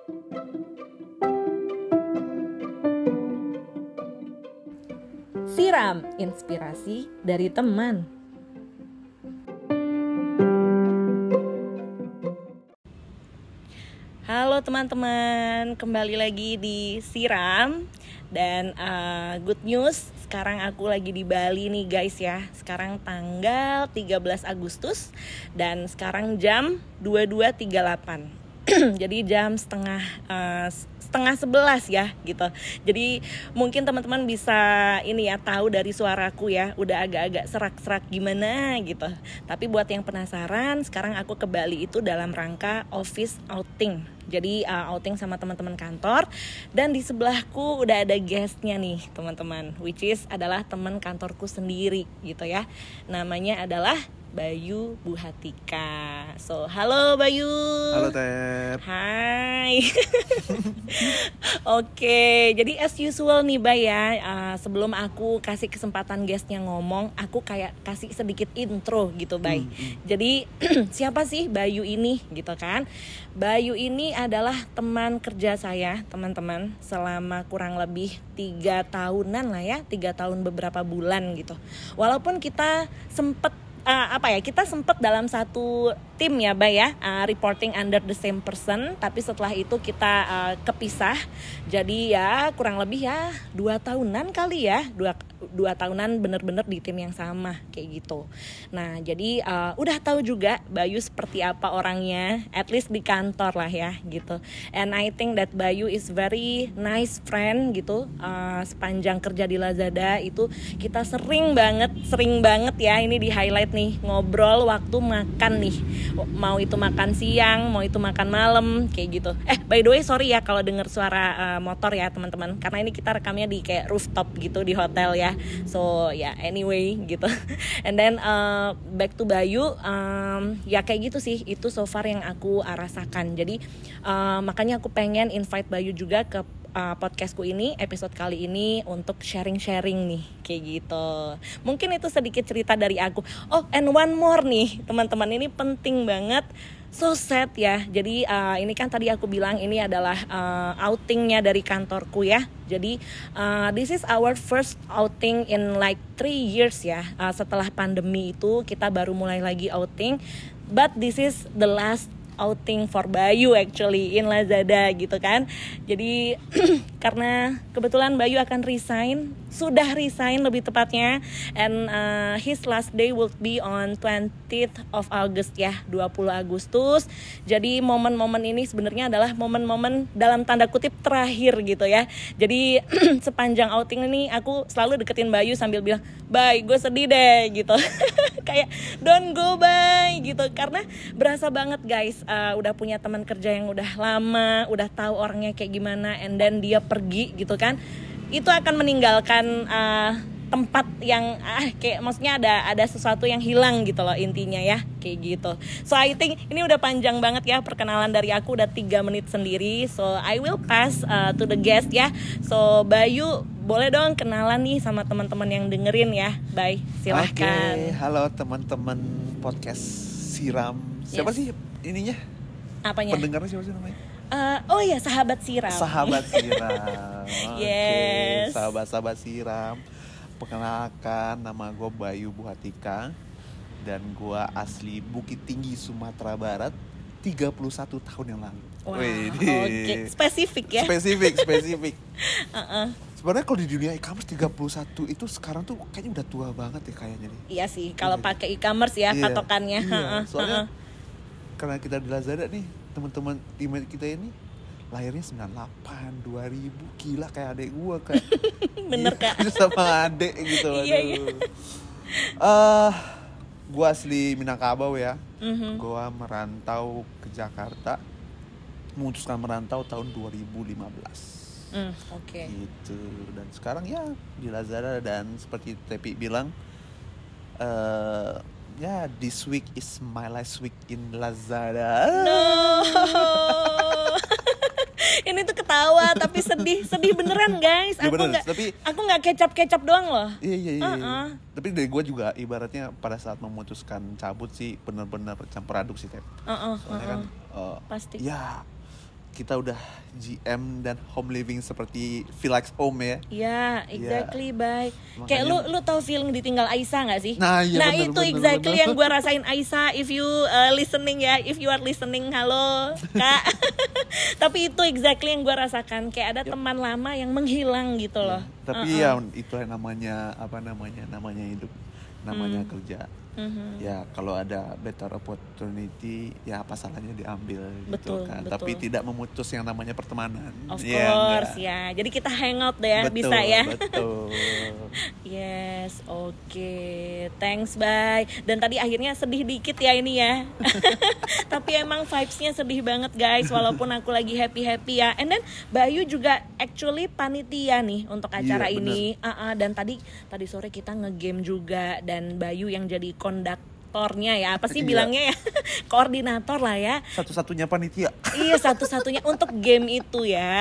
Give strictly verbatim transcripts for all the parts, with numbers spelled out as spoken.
Siram inspirasi dari teman. Halo teman-teman, kembali lagi di Siram. Dan uh, good news, sekarang aku lagi di Bali nih guys ya. Sekarang tanggal tiga belas Agustus dan sekarang jam dua puluh dua tiga puluh delapan. Jadi jam setengah uh, setengah sebelas ya gitu. Jadi mungkin teman-teman bisa ini ya tahu dari suaraku ya, udah agak-agak serak-serak gimana gitu. Tapi buat yang penasaran, sekarang aku ke Bali itu dalam rangka office outing. Jadi uh, outing sama teman-teman kantor. Dan di sebelahku udah ada guestnya nih teman-teman, which is adalah teman kantorku sendiri gitu ya. Namanya adalah Bayu Buhatika. So, halo Bayu. Halo Tep. Hai. Oke, jadi as usual nih Bay ya. Uh, sebelum aku kasih kesempatan guestnya ngomong, aku kayak kasih sedikit intro gitu Bay. Hmm, hmm. Jadi siapa sih Bayu ini gitu kan? Bayu ini adalah teman kerja saya teman-teman selama kurang lebih tiga tahunan lah ya, tiga tahun beberapa bulan gitu. Walaupun kita sempet Uh, apa ya kita sempat dalam satu tim ya Bay ya, uh, reporting under the same person, tapi setelah itu kita uh, kepisah. Jadi ya kurang lebih ya dua tahunan kali ya, dua dua tahunan bener-bener di tim yang sama kayak gitu. Nah jadi uh, udah tahu juga Bayu seperti apa orangnya, at least di kantor lah ya gitu. And I think that Bayu is very nice friend gitu. Uh, sepanjang kerja di Lazada itu kita sering banget, sering banget ya ini di highlight nih, ngobrol waktu makan nih, mau itu makan siang, mau itu makan malam kayak gitu. Eh by the way sorry ya kalau dengar suara uh, motor ya teman-teman, karena ini kita rekamnya di kayak rooftop gitu di hotel ya. So ya yeah, anyway gitu. And then uh, back to Bayu, um, ya kayak gitu sih itu so far yang aku uh, rasakan. Jadi uh, makanya aku pengen invite Bayu juga ke Uh, podcastku ini, episode kali ini untuk sharing-sharing nih kayak gitu. Mungkin itu sedikit cerita dari aku. Oh and one more nih teman-teman, ini penting banget. So sad ya. Jadi uh, ini kan tadi aku bilang ini adalah uh, outingnya dari kantorku ya. Jadi uh, this is our first outing in like three years ya. Uh, setelah pandemi itu kita baru mulai lagi outing. But this is the last outing for Bayu actually in Lazada gitu kan. Jadi karena kebetulan Bayu akan resign, sudah resign lebih tepatnya, and uh, his last day will be on twentieth of August ya, dua puluh Agustus. Jadi momen-momen ini sebenarnya adalah momen-momen dalam tanda kutip terakhir gitu ya. Jadi sepanjang outing ini aku selalu deketin Bayu sambil bilang, "Bay, gue sedih deh" gitu. Kayak don't go Bay gitu, karena berasa banget guys. Uh, udah punya teman kerja yang udah lama, udah tahu orangnya kayak gimana, and then dia pergi gitu kan, itu akan meninggalkan uh, tempat yang ah kayak maksudnya ada ada sesuatu yang hilang gitu loh intinya ya kayak gitu. So I think ini udah panjang banget ya perkenalan dari aku, udah tiga menit sendiri. So I will pass uh, to the guest ya. So Bayu boleh dong kenalan nih sama teman-teman yang dengerin ya. Bye, silahkan. Oke, halo teman-teman podcast Siram. Siapa yes. sih ininya? Apanya? Pendengarnya siapa sih namanya? Uh, oh ya, sahabat Siram. Sahabat Siram. Yes. Oke, sahabat-sahabat Siram. Perkenalkan, nama gue Bayu Buhatika dan gue asli Bukit Tinggi, Sumatera Barat, tiga puluh satu tahun yang lalu. Wow. Oke, okay. Spesifik ya. Spesifik, spesifik. uh-uh. Sebenarnya kalau di dunia e-commerce tiga puluh satu itu sekarang tuh kayaknya udah tua banget ya kayaknya nih. Iya sih, kalau pakai e-commerce ya, iya, patokannya. Iya, soalnya uh-uh. karena kita di Lazada nih, teman-teman tim kita ini lahirnya sembilan puluh delapan, dua ribu, gila kayak adek gue kan. Bener Kak. Sama adek gitu. Iya, iya. Uh, gue asli Minangkabau ya. Mm-hmm. Gue merantau ke Jakarta, memutuskan merantau tahun dua ribu lima belas. Mm, Oke. Okay. Gitu. Dan sekarang ya di Lazada, dan seperti Tepi bilang, uh, ya yeah, this week is my last week in Lazada. No. Ini tuh ketawa tapi sedih, sedih beneran guys. Aku ya nggak, tapi aku nggak kecap-kecap doang loh. Iya iya iya. Uh-uh. Tapi dari gue juga ibaratnya pada saat memutuskan cabut sih benar-benar campur aduk sih Tep. Uh-uh, Soalnya uh-uh. kan uh, pasti. Ya kita udah G M dan home living seperti feel like home ya. Iya, exactly, Ya. bye. Makanya- Kayak lu lu tahu feeling ditinggal Aisyah nggak sih? Nah, iya, nah bener, itu bener, exactly bener. yang gue rasain Aisyah. If you uh, listening ya, if you are listening, halo kak. Tapi itu exactly yang gue rasakan. Kayak ada Yep. teman lama yang menghilang gitu loh. Tapi Uh-uh. ya itu yang namanya apa namanya namanya hidup, namanya Hmm. kerja. Mhm. Ya kalau ada better opportunity ya apa salahnya diambil Betul, gitu kan. betul. Tapi tidak memutus yang namanya pertemanan. Of Ya, course enggak? ya. Jadi kita hangout deh ya, Betul, bisa ya. Betul. Yes, oke. Thanks, bye. Dan tadi akhirnya sedih dikit ya ini ya. Tapi emang vibes-nya sedih banget guys, walaupun aku lagi happy-happy ya. And then Bayu juga actually panitia nih untuk acara Iya, ini. Uh-uh, dan tadi tadi sore kita nge-game juga dan Bayu yang jadi konduktornya ya. Apa sih Iya. bilangnya ya? Koordinator lah ya. Satu-satunya panitia. Iya, satu-satunya untuk game itu ya.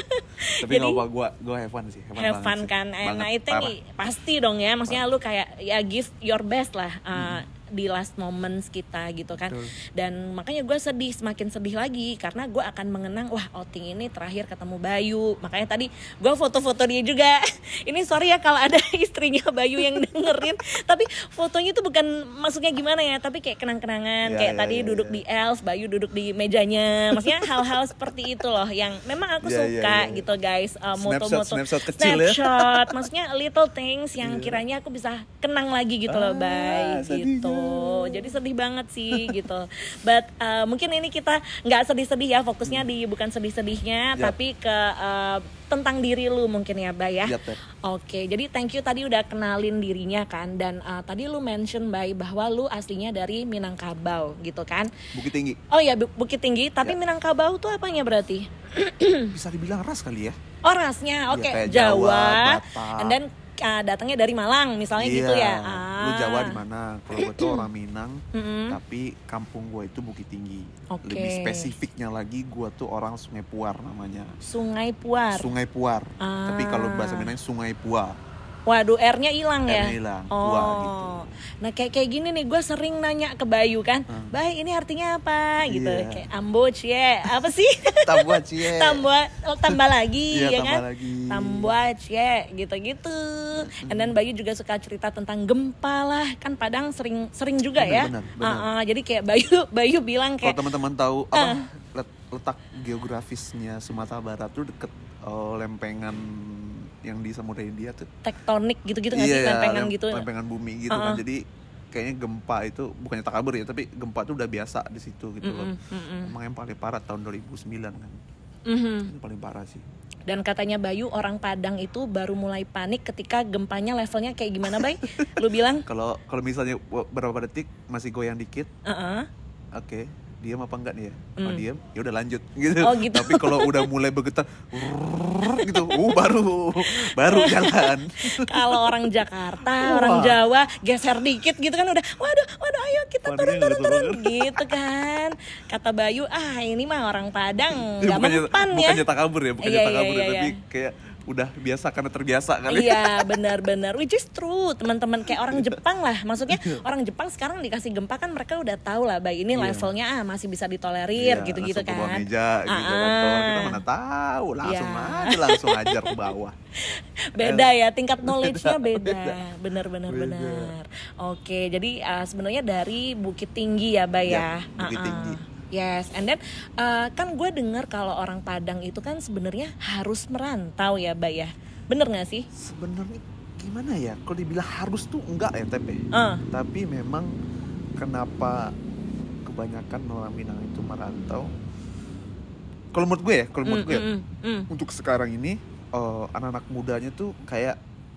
Tapi nggak apa gue gue have fun sih. Have banget fun sih. kan, and Banget, I think parah. pasti dong ya, maksudnya lu kayak ya give your best lah uh, di last moments kita gitu kan. Betul. Dan makanya gue sedih, semakin sedih lagi karena gue akan mengenang wah outing ini terakhir ketemu Bayu. Makanya tadi gue foto-foto dia juga. Ini sorry ya kalau ada istrinya Bayu yang dengerin, tapi fotonya tuh bukan maksudnya gimana ya, tapi kayak kenang-kenangan. Ya, Kayak ya, tadi ya, duduk ya. di Elf, Bayu duduk di mejanya. Maksudnya hal-hal seperti itu loh yang memang aku Ya, ya, suka ya, ya. gitu guys. Uh, Snapshot, moto-moto snapshot kecil ya. snapshot. Maksudnya little things yang Iya. kiranya aku bisa kenang lagi gitu loh, Ah, Bay, sedihnya. gitu. Jadi sedih banget sih gitu. But uh, mungkin ini kita nggak sedih-sedih ya, fokusnya di bukan sedih-sedihnya, Yap. tapi ke uh, tentang diri lu mungkin ya, Bay ya. Yap, yap. Oke, jadi thank you tadi udah kenalin dirinya kan, dan uh, tadi lu mention Bay bahwa lu aslinya dari Minangkabau gitu kan. Bukit Tinggi. Oh ya, Bu- Bukit Tinggi, tapi Ya. Minangkabau tuh apanya berarti? Bisa dibilang ras kali ya. Oh rasnya, oke, Iya, kayak Jawa, Jawa, Batak. and then uh, datangnya dari Malang misalnya gitu ya. Ah. Lu Jawa di mana? Kalau gue tuh orang Minang, Mm-mm. tapi kampung gue itu Bukit Tinggi. Oke. Lebih spesifiknya lagi, gue tuh orang Sungai Puar namanya. Sungai Puar. Sungai Puar. Ah. Tapi kalau bahasa Minang Sungai Puar. Waduh, R-nya hilang ya. R-nya hilang, Oh. Puar gitu. Nah kayak kayak gini nih, gue sering nanya ke Bayu kan, Hmm. Bay ini artinya apa gitu, Iya. kayak amboc ya, apa sih? Tambah cie. tambah oh, tambah lagi Iya, ya tambah kan, lagi. tambah cie gitu-gitu. And then Bayu juga suka cerita tentang gempa lah, kan Padang sering sering juga Bener, ya. bener, bener. Ah, ah, jadi kayak Bayu Bayu bilang Kalau kayak teman-teman tahu Ah. apa let- letak geografisnya Sumatera Barat tuh deket oh, lempengan yang di Samudra Hindia tuh. tektonik gitu-gitu nggak sih, lempengan lem- gitu. lempengan bumi gitu Uh-uh. kan. Jadi kayaknya gempa itu bukannya takabur ya, tapi gempa tuh udah biasa di situ gitu loh. Mm-mm, mm-mm. Emang yang paling parah tahun dua ribu sembilan kan. Mhm. Itu paling parah sih. Dan katanya Bayu orang Padang itu baru mulai panik ketika gempanya levelnya kayak gimana, Bay? Lu bilang? Kalau kalau misalnya w- berapa detik masih goyang dikit, Heeh. oke, diam apa enggak nih ya? Oh, Hmm. diam, ya udah lanjut gitu. Oh, gitu. Tapi kalau udah mulai bergetar rrrr, gitu, uh baru baru jalan. Kalau orang Jakarta, Wah. orang Jawa geser dikit gitu kan udah, waduh, waduh ayo kita turun Paniknya turun nggak turun turun. gitu kan. Kata Bayu, ah ini mah orang Padang Ini nggak bukannya, mempan ya. bukannya takabur ya, bukannya Iya, iya, takabur iya, ya, tapi iya. kayak udah biasa karena terbiasa kali. Iya benar-benar, which is true teman-teman, kayak orang Jepang lah, maksudnya orang Jepang sekarang dikasih gempa kan mereka udah tahu lah, Bay ini Iya. levelnya ah masih bisa ditolerir Iya, gitu-gitu langsung ke bawah kan. meja gitu kan. Ah, Kalau ah. kita mana tahu, langsung Iya. aja langsung ajar ke bawah. Beda ya, tingkat knowledge-nya beda. Beda. Bener bener Beda. bener. Oke, jadi uh, sebenarnya dari Bukit Tinggi ya, Bay ya. Ya, Bukit Uh-uh. Tinggi. Yes, and then uh, kan gue dengar kalau orang Padang itu kan sebenarnya harus merantau ya, Bay ya. Bener nggak sih? Sebenarnya gimana ya? Kalau dibilang harus tuh enggak ya, Tepe. Uh. Tapi memang kenapa kebanyakan orang Minang itu merantau? Kalau menurut gue ya, kalau menurut Mm, gue ya, mm, mm, mm. untuk sekarang ini eh, anak-anak mudanya tuh kayak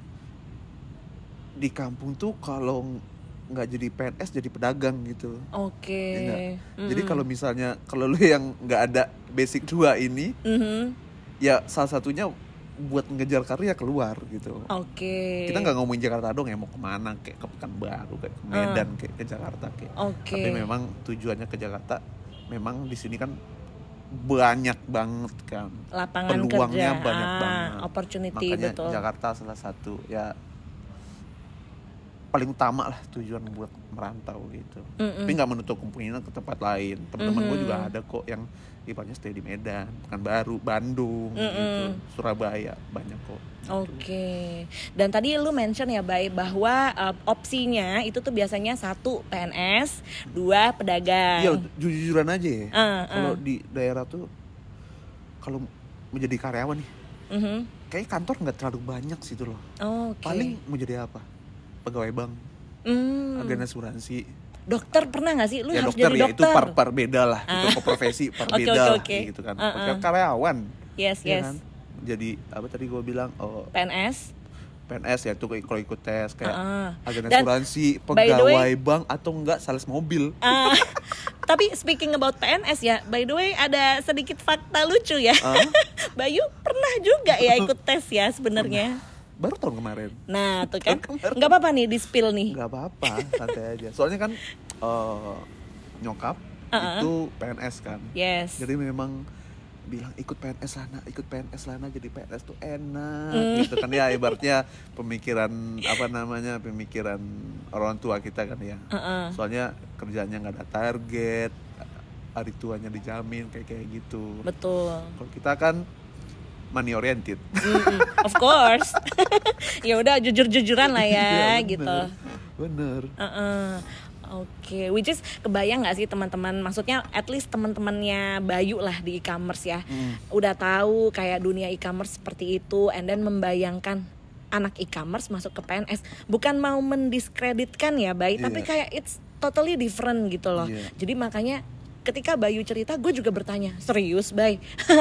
di kampung tuh kalau nggak jadi P N S jadi pedagang gitu. Oke. Ya nggak? Mm, Jadi mm. kalau misalnya kalau lu yang nggak ada basic dua ini, Mhm. ya salah satunya buat ngejar karya keluar gitu. Oke. Kita nggak ngomongin Jakarta dong ya, mau kemana kayak ke Pekanbaru, kayak ke Medan, Ah. kayak ke Jakarta kayak. Oke. Tapi memang tujuannya ke Jakarta, memang di sini kan banyak banget kan. Lapangan Peluangnya kerja. banyak Ah, banget. opportunity, Makanya betul. Jakarta salah satu ya paling utama lah tujuan buat merantau gitu. Mm-mm. Tapi nggak menutup kemungkinan ke tempat lain. Teman-teman gue Mm-hmm. juga ada kok yang ibaratnya stay di Medan, Pekanbaru, Bandung, Mm-mm. gitu, Surabaya banyak kok. Oke. Dan tadi lu mention ya, Bay, bahwa uh, opsinya itu tuh biasanya satu P N S, dua pedagang. Iya, jujur-jujuran aja ya. Uh, Kalau uh. di daerah tuh, kalau menjadi karyawan nih, Mhm. kayak kantor nggak terlalu banyak sih tuh loh. Oke. Paling mau jadi apa? Pegawai bank, Hmm. agen asuransi. Dokter pernah nggak sih? Lu Ya harus dokter jadi ya dokter. itu par-par beda lah, itu Ah. ke profesi par Oke, beda oke, lah oke. gitu kan. Uh-uh. Karyawan. Yes, ya yes. kan? Jadi apa tadi gue bilang, oh, P N S. P N S ya tuh kalau ikut tes kayak Uh-uh. agen Dan, asuransi, by the pegawai way- bank atau enggak sales mobil. Ah, tapi speaking about P N S ya, by the way ada sedikit fakta lucu ya. Ah? Bayu pernah juga ya ikut tes ya sebenarnya. Baru tahun kemarin. Nah, tuh kan. Tahun kemarin. Nggak apa-apa nih di spill nih. Nggak apa-apa, santai aja. Soalnya kan eh, nyokap Uh-uh. itu P N S kan. Yes. Jadi memang bilang ikut P N S Lana, ikut P N S Lana, jadi P N S tuh enak Mm. gitu kan ya, ibaratnya pemikiran apa namanya pemikiran orang tua kita kan ya. Uh-uh. Soalnya kerjanya nggak ada target, hari tuanya dijamin kayak kayak gitu. Betul. Kalau kita kan money oriented. Mm-mm, of course. Ya udah jujur-jujuran lah ya, Iya, gitu. Bener. Uh-uh. Oke, which is kebayang nggak sih teman-teman? Maksudnya at least teman-temannya Bayu lah di e-commerce ya, Mm. udah tahu kayak dunia e-commerce seperti itu, and then membayangkan anak e-commerce masuk ke P N S. Bukan mau mendiskreditkan ya, Bay, tapi Iya. kayak it's totally different gitu loh. Iya. Jadi makanya ketika Bayu cerita, gue juga bertanya, serius, Bay?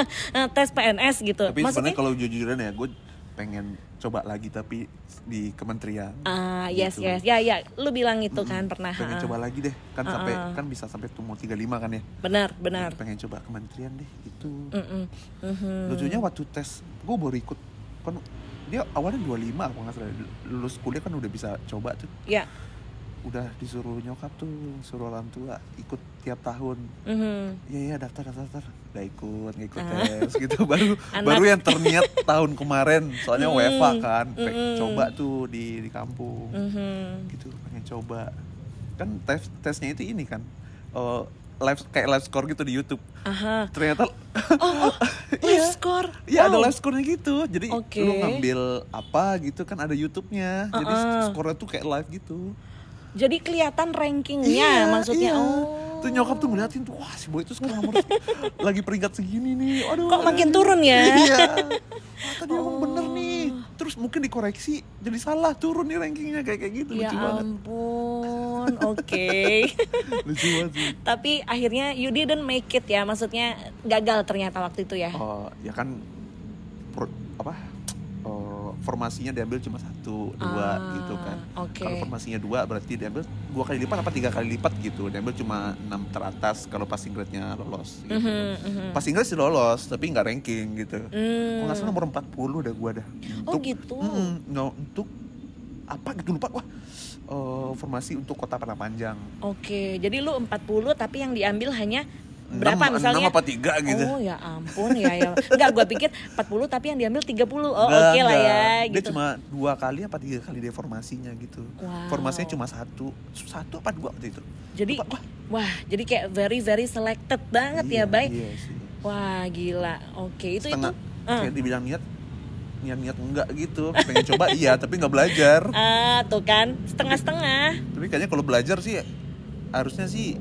Tes P N S gitu? Tapi Maksudnya? sebenarnya kalau jujuran ya, gue pengen coba lagi tapi di kementerian. Ah, yes, gitu. yes, ya, ya, lu bilang itu kan Mm-mm. pernah. Pengen ha. coba lagi deh, kan sampai Uh-uh. kan bisa sampai tuh mau tiga puluh lima kan ya. Benar, benar. Pengen coba kementerian deh gitu. Mm-mm. Mhm. Lucunya waktu tes, gue baru ikut kan dia awalnya dua puluh lima apa nggak salah, lulus kuliah kan udah bisa coba tuh. Ya. Udah disuruh nyokap tuh, suruh orang tua ikut tiap tahun. Mhm. Iya iya daftar daftar daftar, udah ikut ngikut Ah. tes gitu. Baru Anak. baru yang terniat tahun kemarin, soalnya Mm, W F A kan, pengen mm-mm. coba tuh di di kampung. Mhm. Gitu pengen coba. Kan tes tesnya itu ini kan, eh, live kayak live score gitu di YouTube. Aha. Ternyata Oh, oh, live score. Iya ada Wow. live score-nya gitu. Jadi Oke. lu ngambil apa gitu kan ada YouTube-nya. Jadi Uh-uh. skornya tuh kayak live gitu. Jadi kelihatan rankingnya maksudnya. iya. Oh. Tuh nyokap tuh ngeliatin tuh, wah si Boy itu sekarang nomor lagi peringkat segini nih. Aduh. Kok makin turun ya? Iya. Wah, tadi emang Oh. bener nih. Terus mungkin dikoreksi jadi salah, turun nih rankingnya kayak kayak gitu. Ya Lucu banget. ampun. Oke. Lucu banget sih. Tapi akhirnya you didn't make it ya, maksudnya gagal ternyata waktu itu ya. Oh, ya kan pro- apa? Oh, formasinya diambil cuma satu, dua Ah, gitu kan. oke. Kalau formasinya dua berarti diambil dua kali lipat apa tiga kali lipat gitu. Diambil cuma enam teratas kalau passing grade-nya lolos gitu. Mhm, mhm. Passing grade sih lolos, tapi nggak ranking gitu. Hmm. Kalau nggak salah nomor empat puluh udah gua dah. Oh, gitu. Mm-mm, no, untuk apa gitu lupa wah. Eh, formasi untuk Kota Padang Panjang. Oke, jadi lu empat puluh tapi yang diambil hanya berapa Enam- misalnya? enam apa tiga gitu. Oh ya ampun ya ya. Enggak, gua pikir empat puluh tapi yang diambil tiga puluh. Oh, Enggak, oke lah ya enggak. Dia gitu. cuma dua kali apa tiga kali dia formasinya gitu. Wow. Formasinya cuma satu, satu apa dua waktu itu. Jadi Lupa, wah. wah, jadi kayak very very selected banget ya, Iya, Bay. Iya sih. Wah, gila. Oke, itu Setengah, itu. Ah. kayak dibilang niat, niat-niat enggak gitu. Pengen coba iya, tapi nggak belajar. Ah, tuh kan, setengah-setengah. Tapi kayaknya kalau belajar sih harusnya sih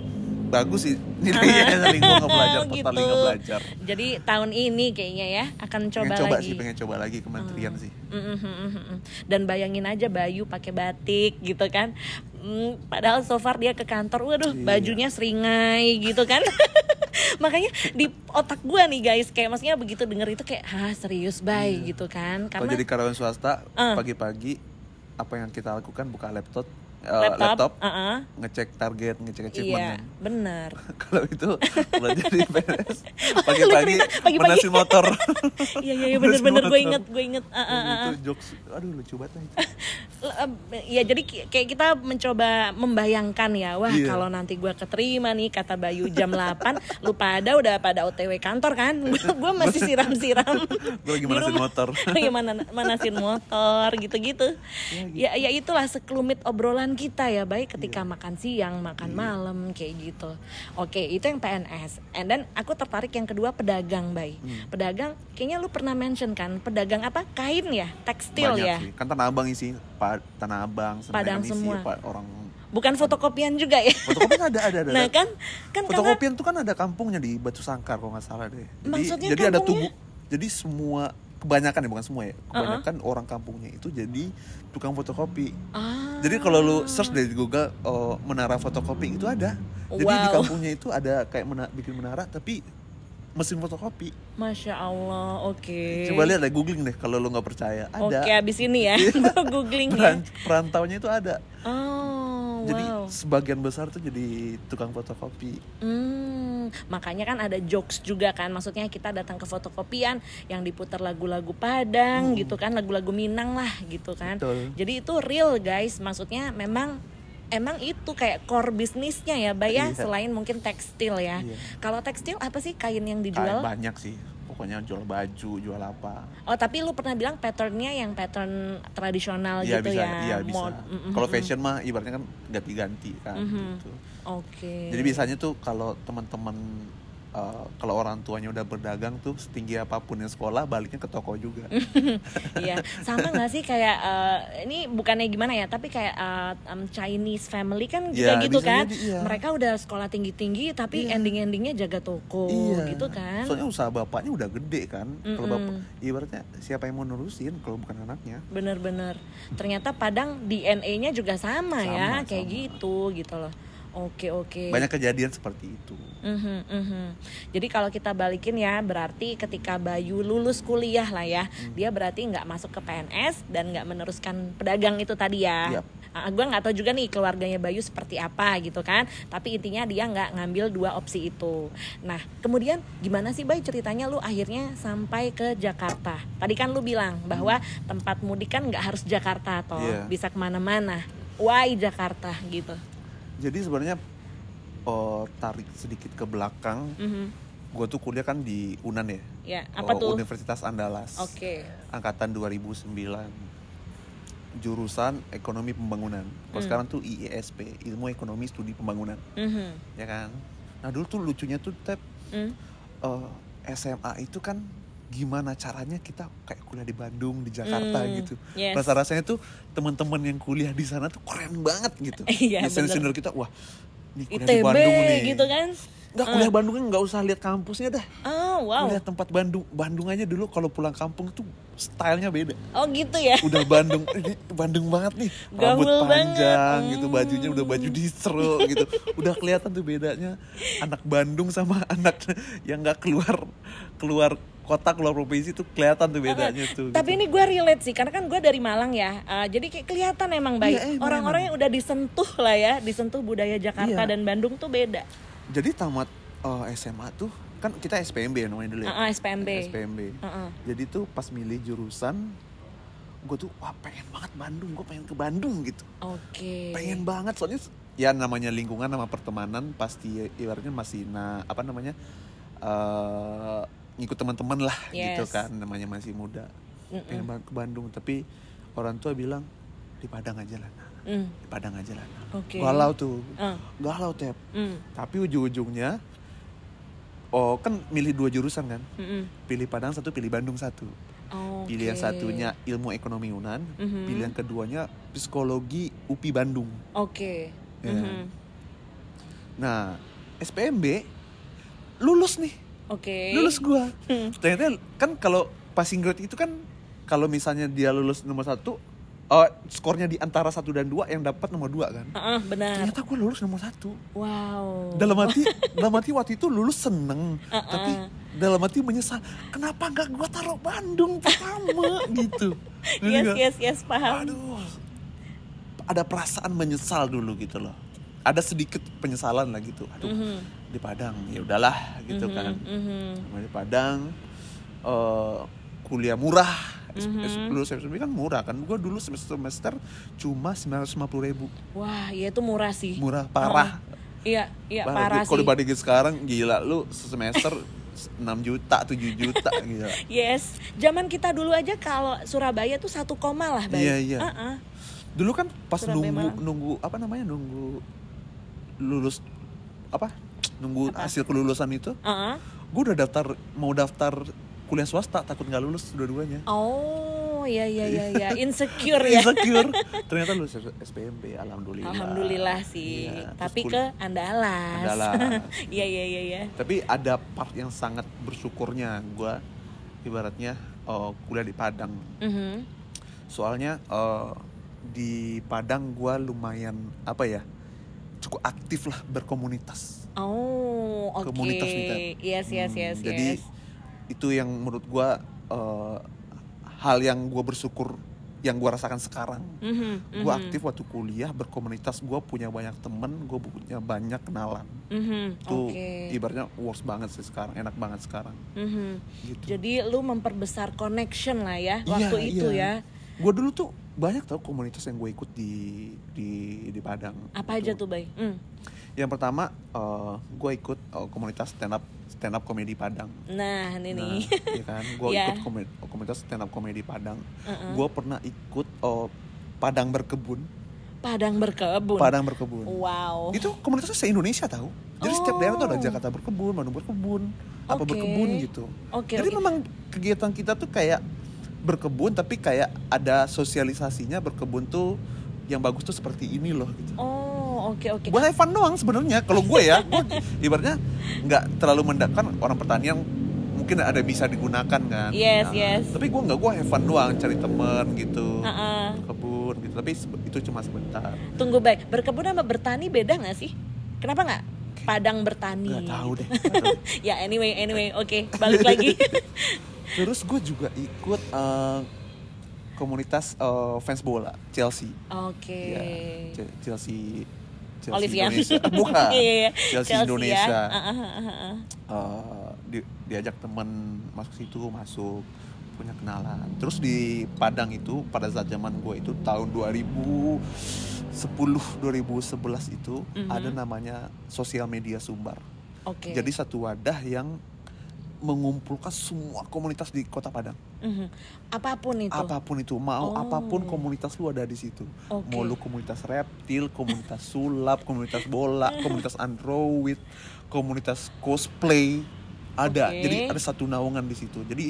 bagus sih nilainya, tapi gue nggak belajar, Oh, totally nggak belajar. Jadi tahun ini kayaknya ya akan coba Pengen coba lagi. sih, pengen coba lagi kementerian sih. Mm, mm, mm, mm. Dan bayangin aja Bayu pakai batik gitu kan. Mm, padahal so far dia ke kantor, waduh, Iya. bajunya seringai gitu kan. Makanya di otak gua nih guys, kayak maksudnya begitu denger itu kayak, "Hah, serius, Bay?" Iya. gitu kan. Kalau Karena jadi karyawan swasta, Ah. pagi-pagi apa yang kita lakukan buka laptop, eh, laptop, laptop uh-uh. ngecek target, ngecek achievement. Iya, kan. bener. Kalau itu belajar di P N S Lu pagi-pagi cerita, pagi-pagi. menasin motor. Iya, iya, iya, Menasin bener-bener gue motor. inget, gue inget. Ah, ah, ah, ah. Itu jokes, aduh lucu banget lah itu. Ya jadi kayak kita mencoba membayangkan ya, wah Iya. kalau nanti gue keterima nih kata Bayu jam delapan, lu pada udah pada O T W kantor kan, gue masih siram-siram Gue lagi di manasin rumah. motor. Lagi mana manasin motor gitu-gitu. Ya, ya itulah sekelumit obrolan kita ya, baik ketika makan siang, makan malam kayak gitu. Oke, itu yang P N S. And then aku tertarik yang kedua, pedagang, Bay. Pedagang, kayaknya lu pernah mention kan, pedagang apa? Kain ya, tekstil Banyak ya. sih. Kan Tanah Abang isi, pa, Tanah Abang, Padang isi semua. pa, orang. Bukan fotokopian juga ya. Fotokopian ada, ada, ada. Nah kan, kan karena Fotokopian tuh kan ada kampungnya di Batu Sangkar kalau nggak salah deh. Jadi, Maksudnya jadi ada kampungnya? tubuh. Jadi semua kebanyakan ya bukan semua ya. Kebanyakan uh-uh. orang kampungnya itu jadi tukang fotokopi. Ah. Jadi kalau lu search dari Google oh, menara fotokopi itu ada. Jadi Wow. di kampungnya itu ada kayak mena- bikin menara tapi mesin fotokopi. Masya Allah, oke. Coba lihat deh, googling deh kalau lu nggak percaya. Ada. Oke, abis ini ya, gue googling ya. Peran- perantaunya itu ada. Oh, Jadi wow. sebagian besar tuh jadi tukang fotokopi. Hmm, makanya kan ada jokes juga kan, maksudnya kita datang ke fotokopian yang diputar lagu-lagu Padang Hmm. gitu kan, lagu-lagu Minang lah gitu kan. Betul. Jadi itu real guys, maksudnya memang emang itu kayak core bisnisnya ya, Bay ya, Iya. selain mungkin tekstil ya. Iya. Kalau tekstil apa sih kain yang Kayak dijual? banyak sih. Pokoknya jual baju, jual apa. Oh tapi lu pernah bilang patternnya yang pattern tradisional Iya gitu bisa, ya, iya bisa. mod. Mm-mm. Kalau fashion mah ibaratnya kan ganti-ganti kan Mhm. gitu. Oke. Jadi biasanya tuh kalau teman-teman uh, kalau orang tuanya udah berdagang tuh setinggi apapun yang sekolah baliknya ke toko juga. Iya, sama nggak sih kayak uh, ini bukannya gimana ya, tapi kayak uh, um, Chinese family kan juga Iya, gitu bisa kan. jadi, iya. Mereka udah sekolah tinggi-tinggi tapi Iya. ending-endingnya jaga toko Iya. gitu kan. Soalnya usaha bapaknya udah gede kan. Kalau Mm-mm. bapak ibaratnya siapa yang mau nerusin kalau bukan anaknya. Bener-bener. Ternyata Padang D N A-nya juga sama, Sama, ya, kayak sama. gitu gitu loh. Oke oke. Banyak kejadian seperti itu. Mhm, mhm. Jadi kalau kita balikin ya, berarti ketika Bayu lulus kuliah lah ya, Hmm. dia berarti nggak masuk ke P N S dan nggak meneruskan pedagang itu tadi ya. Yap. Uh, gue nggak tahu juga nih keluarganya Bayu seperti apa gitu kan. Tapi intinya dia nggak ngambil dua opsi itu. Nah kemudian gimana sih Bay ceritanya lu akhirnya sampai ke Jakarta? Tadi kan lu bilang bahwa tempat mudik kan nggak harus Jakarta toh, Iya. bisa kemana-mana. Why Jakarta gitu? Jadi sebenarnya oh, tarik sedikit ke belakang, Mhm. gue tuh kuliah kan di U N A N ya. Ya apa Oh, tuh? Universitas Andalas. Oke. Angkatan dua ribu sembilan. Jurusan Ekonomi Pembangunan. Kalau Hmm. sekarang tuh I E S P, Ilmu Ekonomi Studi Pembangunan. Mhm. Ya kan? Nah, dulu tuh lucunya tuh Tep, Mm. eh, S M A itu kan gimana caranya kita kayak kuliah di Bandung, di Jakarta Hmm, gitu. yes. Rasa-rasanya tuh teman-teman yang kuliah di sana tuh keren banget gitu. Iya, Di senior-senior bener. kita, wah, nih I kuliah T di B Bandung nih. gitu kan. Enggak, kuliah Bandungnya nggak usah lihat kampusnya dah. Oh wow. Kuliah tempat Bandung, Bandung aja dulu kalau pulang kampung tuh stylenya beda. Oh gitu ya. Udah Bandung, ini Bandung banget nih, rambut Gaul panjang banget. gitu, bajunya udah baju distro gitu, udah kelihatan tuh bedanya anak Bandung sama anak yang nggak keluar keluar kota, keluar provinsi tuh kelihatan tuh bedanya tuh. Tapi gitu. ini gue relate sih, karena kan gue dari Malang ya. Uh, jadi kayak kelihatan emang baik. Iya, emang, Orang-orang emang. yang udah disentuh lah ya, disentuh budaya Jakarta Iya. dan Bandung tuh beda. Jadi tamat uh, S M A tuh kan kita S P M B ya namanya dulu ya. Uh-uh, S P M B. S P M B. Uh-uh. Jadi tuh pas milih jurusan, gue tuh wah pengen banget Bandung, gue pengen ke Bandung gitu. Oke. Pengen banget soalnya ya namanya lingkungan sama pertemanan pasti ibaratnya masih nah apa namanya eh ngikut teman-teman lah gitu Yes. kan, namanya masih muda. Mm-mm. Pengen banget ke Bandung tapi orang tua bilang di Padang aja lah, Nak. Mm. Di Padang aja lah, Nak. Oke. Galau tuh, Uh. galau Tep. Mm. Tapi ujung-ujungnya oh kan milih dua jurusan kan, Mm-mm. pilih Padang satu, pilih Bandung satu. Oke. Pilih yang satunya ilmu ekonomi U N A N, Mhm. pilih yang keduanya psikologi U P I Bandung. Oke. Ya. Mhm. Nah, S P M B lulus nih, Oke. lulus gua. Hmm. Ternyata kan kalau passing grade itu kan kalau misalnya dia lulus nomor satu, oh, skornya di antara satu dan dua yang dapat nomor dua kan. Uh-uh, benar. Ternyata gua lulus nomor satu. Wow. Dalam hati, dalam hati waktu itu lulus seneng, Uh-uh. tapi dalam hati menyesal. Kenapa nggak gua taruh Bandung pertama gitu? Jadi Yes, nggak- yes, yes, paham. Aduh, ada perasaan menyesal dulu gitu loh. Ada sedikit penyesalan lah gitu. Aduh, Mhm. di Padang ya udahlah gitu Mhm, kan. mhm. Sama di Padang, eh, kuliah murah, Mhm. Lulus S P M B kan murah kan. Gue dulu semester semester cuma sembilan ratus lima puluh ribu. Wah, ya itu murah sih. Murah parah. Oh, iya, iya parah, Kalau sih. dibandingin sekarang gila lu semester enam juta, tujuh juta gila. Yes, zaman kita dulu aja kalau Surabaya tuh satu koma lah, Bay. Iya, iya. Uh-uh. Dulu kan pas Surabaya nunggu Malang. nunggu apa namanya nunggu lulus apa nunggu Apa? hasil kelulusan itu, Uh-uh. gue udah daftar mau daftar kuliah swasta takut nggak lulus dua-duanya. Oh, iya iya iya iya, insecure ya. Insecure. Ternyata lulus S P M B, alhamdulillah. Alhamdulillah sih. Iya, Tapi terus ke kul- Andalas. Andalas. Iya iya iya iya. Tapi ada part yang sangat bersyukurnya gue, ibaratnya uh, kuliah di Padang. Mhm. Soalnya uh, di Padang gue lumayan apa ya, cukup aktif lah berkomunitas. Oh, oke. Komunitas nih, Ted. Yes yes Hmm, yes jadi yes. itu yang menurut gue uh, hal yang gue bersyukur yang gue rasakan sekarang. Mhm, Gue mhm, aktif waktu kuliah berkomunitas, gue punya banyak temen, gue punya banyak kenalan. mhm, Itu oke. ibaratnya worst banget sih sekarang, enak banget sekarang. Mhm. Gitu. Jadi lu memperbesar connection lah ya Iya, waktu itu iya. ya. Gue dulu tuh banyak tau komunitas yang gue ikut di di di Padang. Apa Gitu. aja tuh, Bay? Hmm. Yang pertama, uh, gue ikut uh, komunitas stand up stand up komedi Padang. Nah, ini nih. Nah, ya kan, gue Iya. ikut komi- komunitas stand up komedi Padang. Uh-uh. Gue pernah ikut uh, Padang berkebun. Padang berkebun. Padang berkebun. Wow. Itu komunitasnya se-Indonesia tahu. Jadi setiap Oh. daerah tuh ada Jakarta berkebun, Bandung berkebun, apa Oke. berkebun gitu. Oke, Jadi oke. memang kegiatan kita tuh kayak berkebun tapi kayak ada sosialisasinya berkebun tuh yang bagus tuh seperti ini loh gitu. Oh, oke oke. Buat have fun doang sebenarnya. Kalau gue ya, gue ibaratnya nggak terlalu mendakan orang pertanian mungkin ada bisa digunakan kan. Yes, Nah, yes. Tapi gue nggak, gue have fun doang cari temen gitu, Uh-uh. berkebun gitu. Tapi se- itu cuma sebentar. Tunggu, Bay. Berkebun sama bertani beda nggak sih? Kenapa nggak Padang bertani? Nggak tahu deh. nggak tahu. Ya, anyway, anyway. Oke, balik lagi. Terus gue juga ikut eh, komunitas eh, fans bola Chelsea. Oke. Ya, Ce- Chelsea. Chelsea Olivian. Indonesia. Bukan. Iya, iya. Chelsea, Chelsea Indonesia. ya. Uh, uh, uh, uh. Eh, di- diajak temen masuk situ, masuk, punya kenalan. Terus di Padang itu pada saat zaman gue itu tahun dua ribu sepuluh dua ribu sebelas itu Mhm. ada namanya sosial media Sumbar. Oke. Jadi satu wadah yang mengumpulkan semua komunitas di Kota Padang. Mhm. Apapun itu. Apapun itu, mau Oh. apapun komunitas lu ada di situ. Oke. Mau lu komunitas reptil, komunitas sulap, komunitas bola, komunitas android, komunitas cosplay ada. Oke. Jadi ada satu naungan di situ. Jadi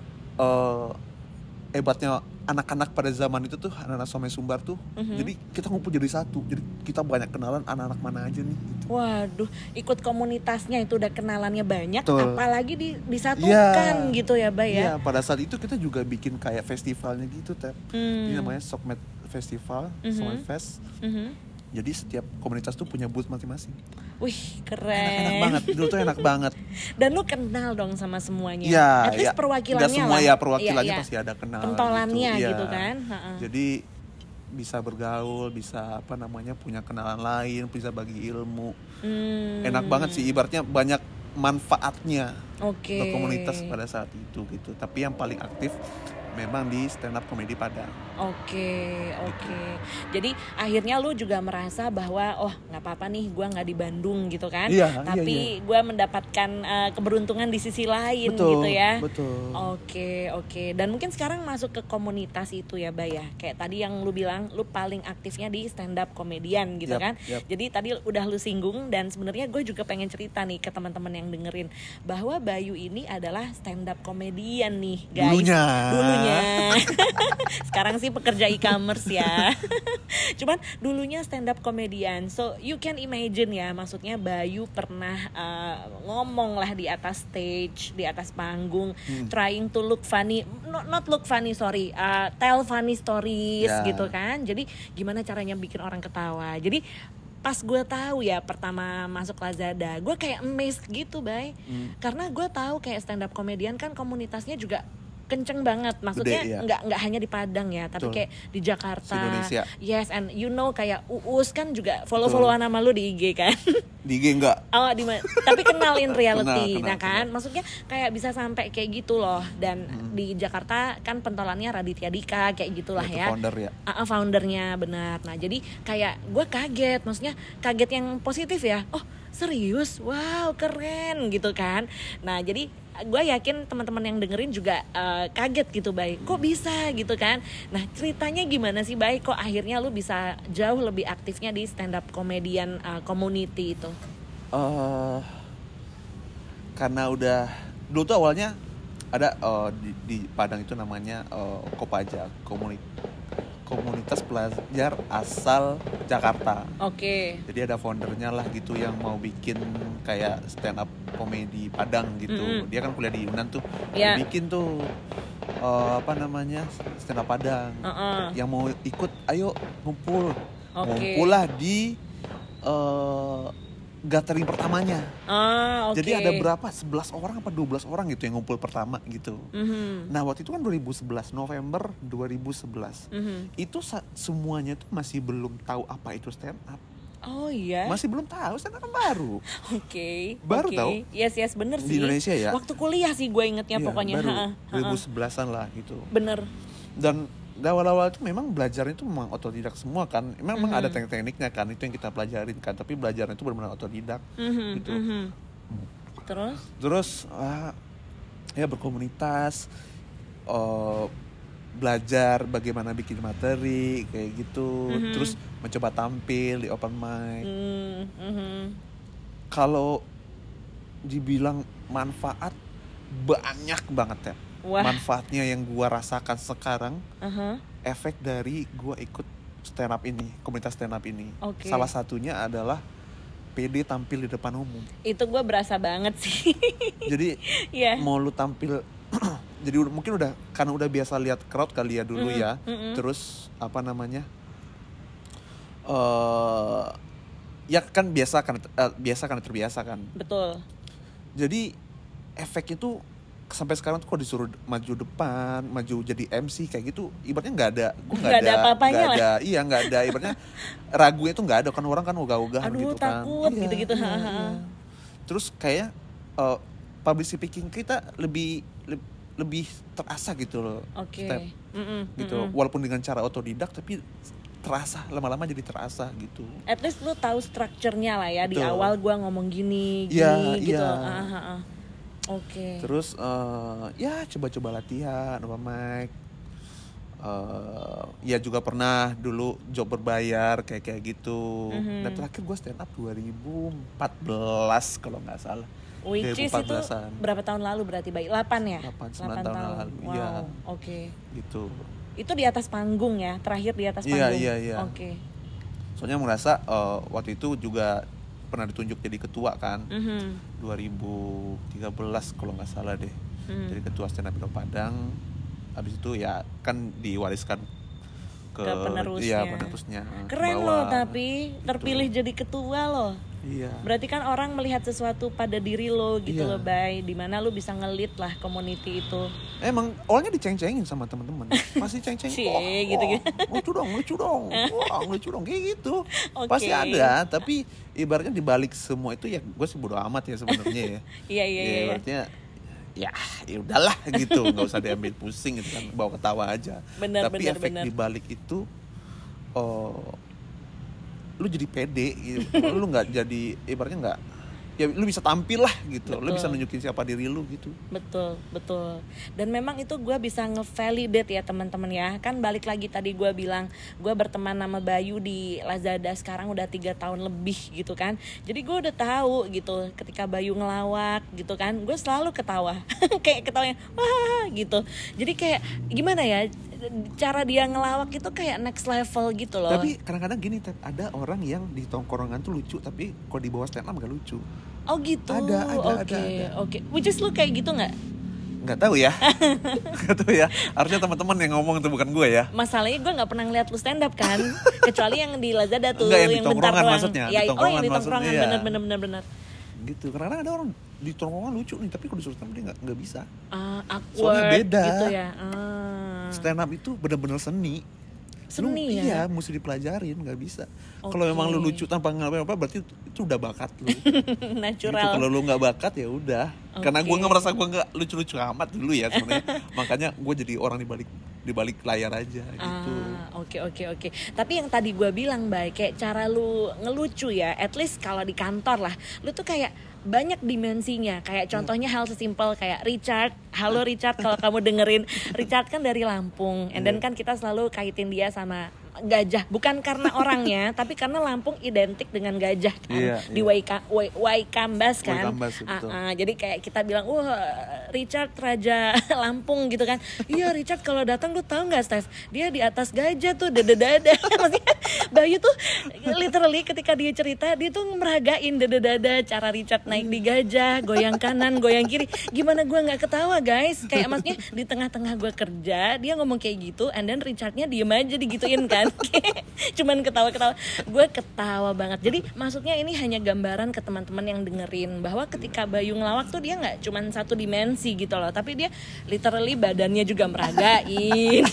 eh hebatnya anak-anak pada zaman itu tuh anak-anak Somai Sumbar tuh. Mhm. Jadi kita ngumpul jadi satu. Jadi kita banyak kenalan anak-anak mana aja nih gitu. Waduh, ikut komunitasnya itu udah kenalannya banyak, Betul. apalagi di, disatukan Iya. gitu ya, Bay Iya, ya. pada saat itu kita juga bikin kayak festivalnya gitu, Tep. Hmm. Ini namanya Sokmed Festival, Mhm. Somai Fest. Mhm. Jadi setiap komunitas tuh punya booth masing-masing. Wih, keren. Enak, enak banget, dulu tuh enak banget. Dan lu kenal dong sama semuanya. Iya, At least ya. perwakilannya Nggak semua lah. ya, perwakilannya Iya, iya. pasti ada kenal. Pentolannya Iya. gitu kan. Ha-ha. Jadi bisa bergaul, bisa apa namanya punya kenalan lain, bisa bagi ilmu. Hmm. Enak banget sih, ibaratnya banyak manfaatnya Oke. berkomunitas pada saat itu gitu. Tapi yang paling aktif memang di stand up comedy Padang. Oke, oke. Jadi akhirnya lu juga merasa bahwa oh nggak apa-apa nih, gue nggak di Bandung gitu kan. Iya, Tapi iya, gue mendapatkan uh, keberuntungan di sisi lain Betul, gitu ya. betul. Oke, oke. Dan mungkin sekarang masuk ke komunitas itu ya, Bay ya. Kayak tadi yang lu bilang, lu paling aktifnya di stand up komedian gitu Yap, kan. yap. Jadi tadi udah lu singgung dan sebenarnya gue juga pengen cerita nih ke teman-teman yang dengerin bahwa Bayu ini adalah stand up komedian nih, guys. Dulunya. Dulunya. Sekarang sih pekerja e-commerce ya. Cuman dulunya stand up comedian. So you can imagine ya, maksudnya Bayu pernah uh, ngomong lah di atas stage, di atas panggung, Hmm. trying to look funny, not, not look funny sorry, uh, tell funny stories Ya. gitu kan. Jadi gimana caranya bikin orang ketawa. Jadi pas gue tahu ya pertama masuk Lazada, gue kayak amazed gitu, Bay. Hmm. Karena gue tahu kayak stand up comedian kan komunitasnya juga kenceng banget. Maksudnya Gede, ya. nggak nggak hanya di Padang ya, tapi Betul. kayak di Jakarta. Se-Indonesia. Yes, and you know kayak Uus kan juga follow-followan sama lu di I G kan. Di I G enggak. Oh, di ma- tapi kenalin reality. Kenal, kenal, Nah kan, kenal. maksudnya kayak bisa sampai kayak gitu loh. Dan Hmm. di Jakarta kan pentolannya Raditya Dika kayak gitulah Itu ya. founder ya. Uh, uh, foundernya benar. Nah jadi kayak gue kaget, maksudnya kaget yang positif ya. Oh serius, wow keren gitu kan. Nah jadi gue yakin teman-teman yang dengerin juga uh, kaget gitu Bay. Kok bisa gitu kan. Nah ceritanya gimana sih Bay, kok akhirnya lu bisa jauh lebih aktifnya di stand up comedian uh, community itu? Uh, karena udah dulu tuh awalnya ada uh, di, di Padang itu namanya uh, Kopaja, komunitas komunitas pelajar asal Jakarta. Oke. Jadi ada foundernya lah gitu yang mau bikin kayak stand up komedi Padang gitu. Mm-hmm. Dia kan kuliah di Yunan tuh. Yeah. Dia bikin tuh uh, apa namanya stand up Padang. Uh-uh. Yang mau ikut, ayo ngumpul. Oke. Ngumpul lah di uh, gathering pertamanya. Ah, oke. Jadi ada berapa? sebelas orang apa dua belas orang gitu yang ngumpul pertama gitu. Mm-hmm. Nah waktu itu kan dua ribu sebelas, November dua ribu sebelas. Mm-hmm. Itu sa- semuanya tuh masih belum tahu apa itu stand up. Oh iya. Masih belum tahu, stand up kan baru. Oke. Baru oke. tahu. Yes yes bener Di sih. Indonesia ya. Waktu kuliah sih gue ingetnya Iya, pokoknya. baru Ha-ha, dua ribu ha-ha. sebelasan lah gitu. Bener. Dan awal-awal itu memang belajarnya itu memang otodidak semua kan. Memang Mm-hmm. ada teknik-tekniknya kan, itu yang kita pelajarin kan. Tapi belajarnya itu benar-benar otodidak Mm-hmm, gitu. mm-hmm. Terus? Terus ah, ya berkomunitas, uh, belajar bagaimana bikin materi kayak gitu. Mm-hmm. Terus mencoba tampil di open mic. Mm-hmm. Kalau dibilang manfaat banyak banget ya. Wah. Manfaatnya yang gua rasakan sekarang, Uh-huh. efek dari gua ikut stand up ini, komunitas stand up ini. Oke. Salah satunya adalah pede tampil di depan umum. Itu gue berasa banget sih. Jadi Iya. mau lu tampil jadi udah- mungkin udah karena udah biasa lihat crowd kali ya dulu Mm-mm, ya. mm-mm. Terus apa namanya? eh ya kan biasa kan eh, biasa kan terbiasa kan. Betul. Jadi efek itu sampai sekarang tuh kok disuruh maju depan, maju jadi M C kayak gitu, ibaratnya nggak ada, gue nggak Nggak ada, ada apa-apanya nggak lah. ada, iya nggak ada, ibaratnya ragunya tuh nggak ada kan, orang kan ogah-ogahan Aduh, gitu kan, takut gitu-gitu, iya, ha-ha. iya. Terus kayak uh, public speaking kita lebih lebih, lebih terasa gitu loh, Oke. step Mm-mm, gitu, mm-mm. walaupun dengan cara otodidak tapi terasa lama-lama jadi terasa gitu. At least lu tahu strukturnya lah ya. Di Betul. awal gue ngomong gini, gini Iya, gitu. iya. Ah, ah, ah. Oke. Terus uh, ya coba-coba latihan open mic. Uh, ya juga pernah dulu job berbayar kayak kayak gitu. Mhm. Dan terakhir gue stand up dua ribu empat belas kalau nggak salah. Which is itu dua ribu empat belasan. berapa tahun lalu berarti Bay? delapan ya? delapan, sembilan tahun lalu, Wow, iya. oke. Gitu. Itu di atas panggung ya? Terakhir di atas Iya, panggung? iya, iya. Oke. Soalnya merasa uh, waktu itu juga pernah ditunjuk jadi ketua kan. Mhm. dua ribu tiga belas kalau nggak salah deh. Mhm. Jadi ketua stand up Indo Padang. Habis itu ya kan diwariskan ke, Ke penerusnya. Iya, penerusnya. Keren Ke loh bawah. tapi terpilih jadi ketua loh. Iya. Berarti kan orang melihat sesuatu pada diri lo gitu Iya. loh Bay. Dimana lo bisa nge-lead lah community itu. Emang awalnya diceng-cengin sama teman-teman. Masih ceng-cengin. Cie, "Wah, gitu-gitu." wah, lucu dong, lucu dong. Wah, lucu dong kayak gitu. Oke. Pasti ada, tapi ibaratnya dibalik semua itu ya gue sih bodo amat ya sebenarnya ya. Iya iya Ya, iya. ibaratnya ya ya udahlah gitu, nggak usah diambil pusing gitu kan, bawa ketawa aja. Benar, Tapi benar, efek benar. dibalik itu oh, lu jadi pede gitu. Lu nggak jadi ibaratnya nggak, ya lu bisa tampil lah gitu. Lu Betul. bisa nunjukin siapa diri lu gitu. Betul, betul. Dan memang itu gue bisa nge-validate ya teman-teman ya. Kan balik lagi tadi gue bilang gue berteman sama Bayu di Lazada sekarang udah tiga tahun lebih gitu kan. Jadi gue udah tahu gitu ketika Bayu ngelawak gitu kan, gue selalu ketawa. Kayak ketawanya wah gitu. Jadi kayak gimana ya, cara dia ngelawak itu kayak next level gitu loh. Tapi kadang-kadang gini, Ted, ada orang yang di tongkrongan tuh lucu, tapi kalau di bawah stand up gak lucu. Oh gitu. Ada, ada, Oke, ada, ada. oke. Which is lu kayak gitu nggak? Nggak tahu ya, nggak tahu ya. Harusnya teman-teman yang ngomong itu bukan gue ya. Masalahnya gue nggak pernah ngeliat lu stand up kan, kecuali yang di Lazada tuh, Enggak, yang di yang bentar tongkrongan doang. maksudnya, Ya, di oh yang di tongkrongan tongkrongan, maksudnya, iya. bener bener bener bener. Gitu. Kadang-kadang ada orang di tongkrongan lucu nih, tapi kalau disuruh stand up dia nggak nggak bisa. Uh, awkward Soalnya beda. gitu ya. Uh. Stand up itu benar-benar seni. Seni lu, ya? Iya, mesti dipelajarin, nggak bisa. Okay. Kalau memang lu lucu tanpa ngelakuin apa, berarti itu, itu udah bakat lu. Natural. Gitu. Kalau lu nggak bakat ya udah. Okay. Karena gue nggak merasa gue nggak lucu-lucu amat dulu ya sebenarnya. Makanya gue jadi orang di balik di balik layar aja gitu. Ah, oke oke oke. Tapi yang tadi gue bilang, Bay, kayak cara lu ngelucu ya, at least kalau di kantor lah, lu tuh kayak banyak dimensinya. Kayak contohnya hal sesimpel kayak Richard. Halo Richard, kalau kamu dengerin, Richard kan dari Lampung, and then kan kita selalu kaitin dia sama gajah, bukan karena orangnya tapi karena Lampung identik dengan gajah kan. Iya, di iya. Waika, Wai- Waikambas kan. Waikambas, Ah, betul. ah, jadi kayak kita bilang, wah Richard Raja Lampung gitu kan. Iya Richard kalau datang lu tahu nggak Steph, dia di atas gajah tuh dada-dada. Maksudnya Bayu tuh literally ketika dia cerita dia tuh meragain dada-dada cara Richard naik di gajah, goyang kanan goyang kiri. Gimana gue nggak ketawa guys, kayak maksudnya di tengah-tengah gue kerja dia ngomong kayak gitu, and then Richardnya diem aja digituin kan. Cuman ketawa-ketawa, gue ketawa banget. Jadi maksudnya ini hanya gambaran ke teman-teman yang dengerin bahwa ketika Bayu ngelawak tuh dia nggak cuman satu dimensi gitu loh, tapi dia literally badannya juga meragain.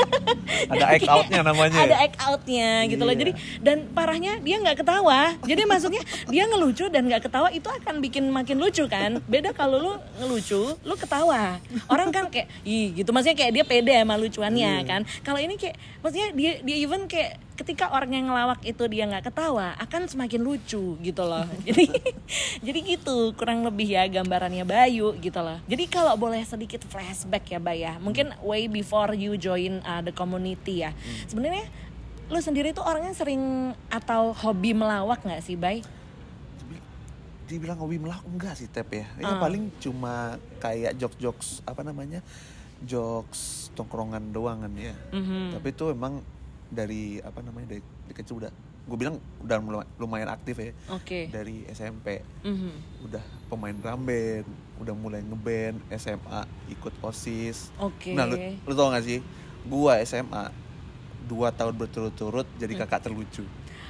Ada act outnya namanya. Ada act outnya gitu loh. Iya. Jadi dan parahnya dia nggak ketawa. Jadi maksudnya dia ngelucu dan nggak ketawa itu akan bikin makin lucu kan. Beda kalau lu ngelucu, lu ketawa. Orang kan kayak ih gitu, maksudnya kayak dia pede sama lucuannya kan. Kalau ini kayak maksudnya dia dia even kayak ketika orang yang ngelawak itu dia nggak ketawa akan semakin lucu gitu loh. Jadi jadi gitu kurang lebih ya gambarannya Bayu gitu loh. Jadi kalau boleh sedikit flashback ya Bay ya, mungkin way before you join uh, the community ya. Hmm. Sebenarnya lu sendiri tuh orangnya sering atau hobi melawak nggak sih Bay? Dibilang hobi melawak enggak sih Tep ya. Ya uh. paling cuma kayak jokes-jokes apa namanya, jokes tongkrongan doang kan ya. Mm-hmm. Tapi itu emang dari apa namanya dari, dari kecil udah, gue bilang udah lumayan aktif ya. Okay. Dari S M P mm-hmm. udah pemain drum band, udah mulai ngeband, S M A ikut OSIS. Okay. Nah lu, lu tau gak sih, gue S M A dua tahun berturut-turut jadi kakak terlucu.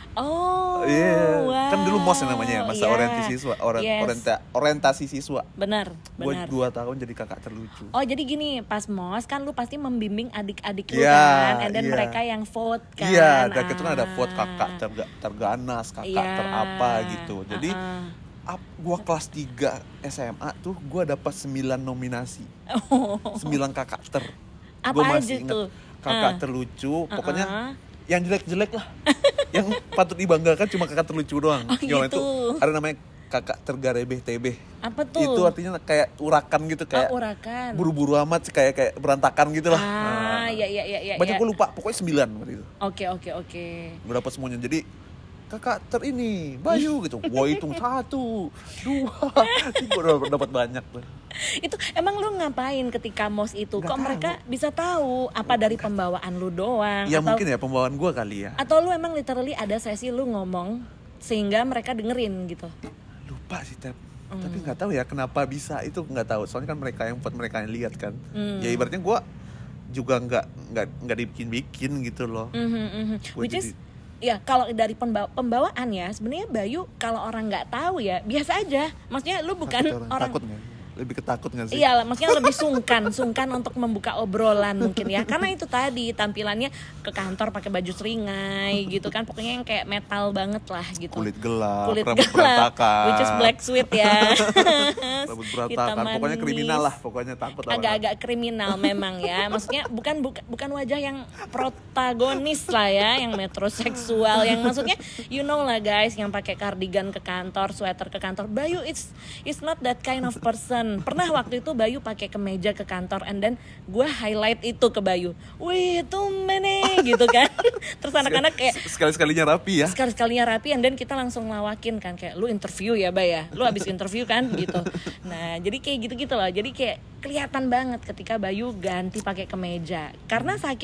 Oh, iya, yeah. Wow. Kan dulu M O S namanya ya, masa yeah. orientasi siswa, orient, yes. orienta, orientasi siswa. Benar, benar. Gue dua tahun jadi kakak terlucu. Oh, jadi gini, pas M O S kan lu pasti membimbing adik-adik lu yeah, kan, and then yeah. mereka yang vote kan. Iya, yeah, dan ah. itu kan ada vote kakak terga, terganas, kakak yeah. terapa gitu. Jadi uh-uh. up, gue kelas tiga S M A tuh gue dapat sembilan nominasi, oh. sembilan kakak ter. Apa Gue aja masih inget tuh? kakak uh. terlucu, uh-uh. pokoknya yang jelek-jelek lah. Yang patut dibanggakan cuma kakak terlucu doang. Oh, yang gitu. itu ada namanya kakak tergarebeh T B. Apa tuh? Itu artinya kayak urakan gitu, kayak oh, urakan. Buru-buru amat, kayak kayak berantakan gitu lah. Ah, nah, iya iya iya iya. banyak ya. gue lupa, pokoknya sembilan gitu. Oke oke oke. Gue dapat semuanya. Jadi kakak ter ini Bayu gitu. Wah, hitung satu, dua, tiga, udah dapat banyak tuh. Itu emang lu ngapain ketika M O S itu? Nggak Kok tahu. mereka bisa tahu apa dari pembawaan lu doang? Ya atau, mungkin ya pembawaan gue kali ya. Atau lu emang literally ada sesi lu ngomong sehingga mereka dengerin gitu? Lupa sih Tep. Hmm. Tapi nggak tahu ya kenapa bisa, itu nggak tahu. Soalnya kan mereka yang buat, mereka yang lihat kan. Hmm. Ya ibaratnya gue juga nggak nggak nggak dibikin-bikin gitu loh. Mm-hmm, mm-hmm. Which jadi, is ya kalau dari pembawa, pembawaan ya sebenarnya Bayu kalau orang nggak tahu ya biasa aja. Maksudnya lu bukan takut orang takut nggak? Lebih ketakut nggak sih? Iya, maksudnya lebih sungkan, sungkan untuk membuka obrolan mungkin ya. Karena itu tadi tampilannya ke kantor pakai baju seringai gitu kan, pokoknya yang kayak metal banget lah gitu. Kulit gelap, Kulit rambut gelap, berantakan. which is black suit ya. Rambut berantakan, pokoknya kriminal lah, pokoknya takut. Agak-agak kriminal memang ya. Maksudnya bukan bukan bukan wajah yang protagonis lah ya, yang metroseksual, yang maksudnya you know lah guys, yang pakai kardigan ke kantor, sweater ke kantor. Bayu it's it's not that kind of person. Pernah waktu itu Bayu pakai kemeja ke kantor, and then gue highlight itu ke Bayu, wih tumben nih gitu kan. Terus anak-anak kayak sekali-sekalinya rapi ya, sekali-sekalinya rapi, and then kita langsung lawakin kan, kayak lu interview ya Bay ya, lu abis interview kan gitu. Nah jadi kayak gitu-gitu loh, jadi kayak kelihatan banget ketika Bayu ganti pakai kemeja, karena saking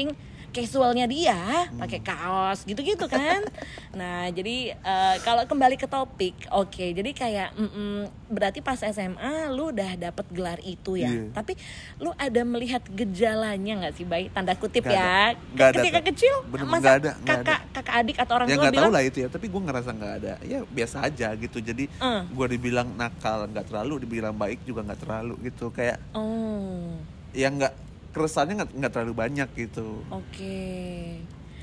casualnya dia, hmm. pakai kaos gitu-gitu kan. Nah jadi uh, kalau kembali ke topik, oke, okay, jadi kayak mm-mm, berarti pas S M A lu udah dapet gelar itu ya, yeah. tapi lu ada melihat gejalanya nggak sih, Bay? Tanda kutip gak ya, ada. Ketika ada. kecil, Bener, masa gak ada, gak kakak ada. kakak adik atau orang ya, tua bilang? Ya nggak tahu lah itu ya, tapi gue ngerasa nggak ada, ya biasa aja gitu. Jadi uh. gue dibilang nakal nggak terlalu, dibilang baik juga nggak terlalu gitu, kayak oh. ya nggak, keresahannya nggak nggak terlalu banyak gitu. Oke. Okay.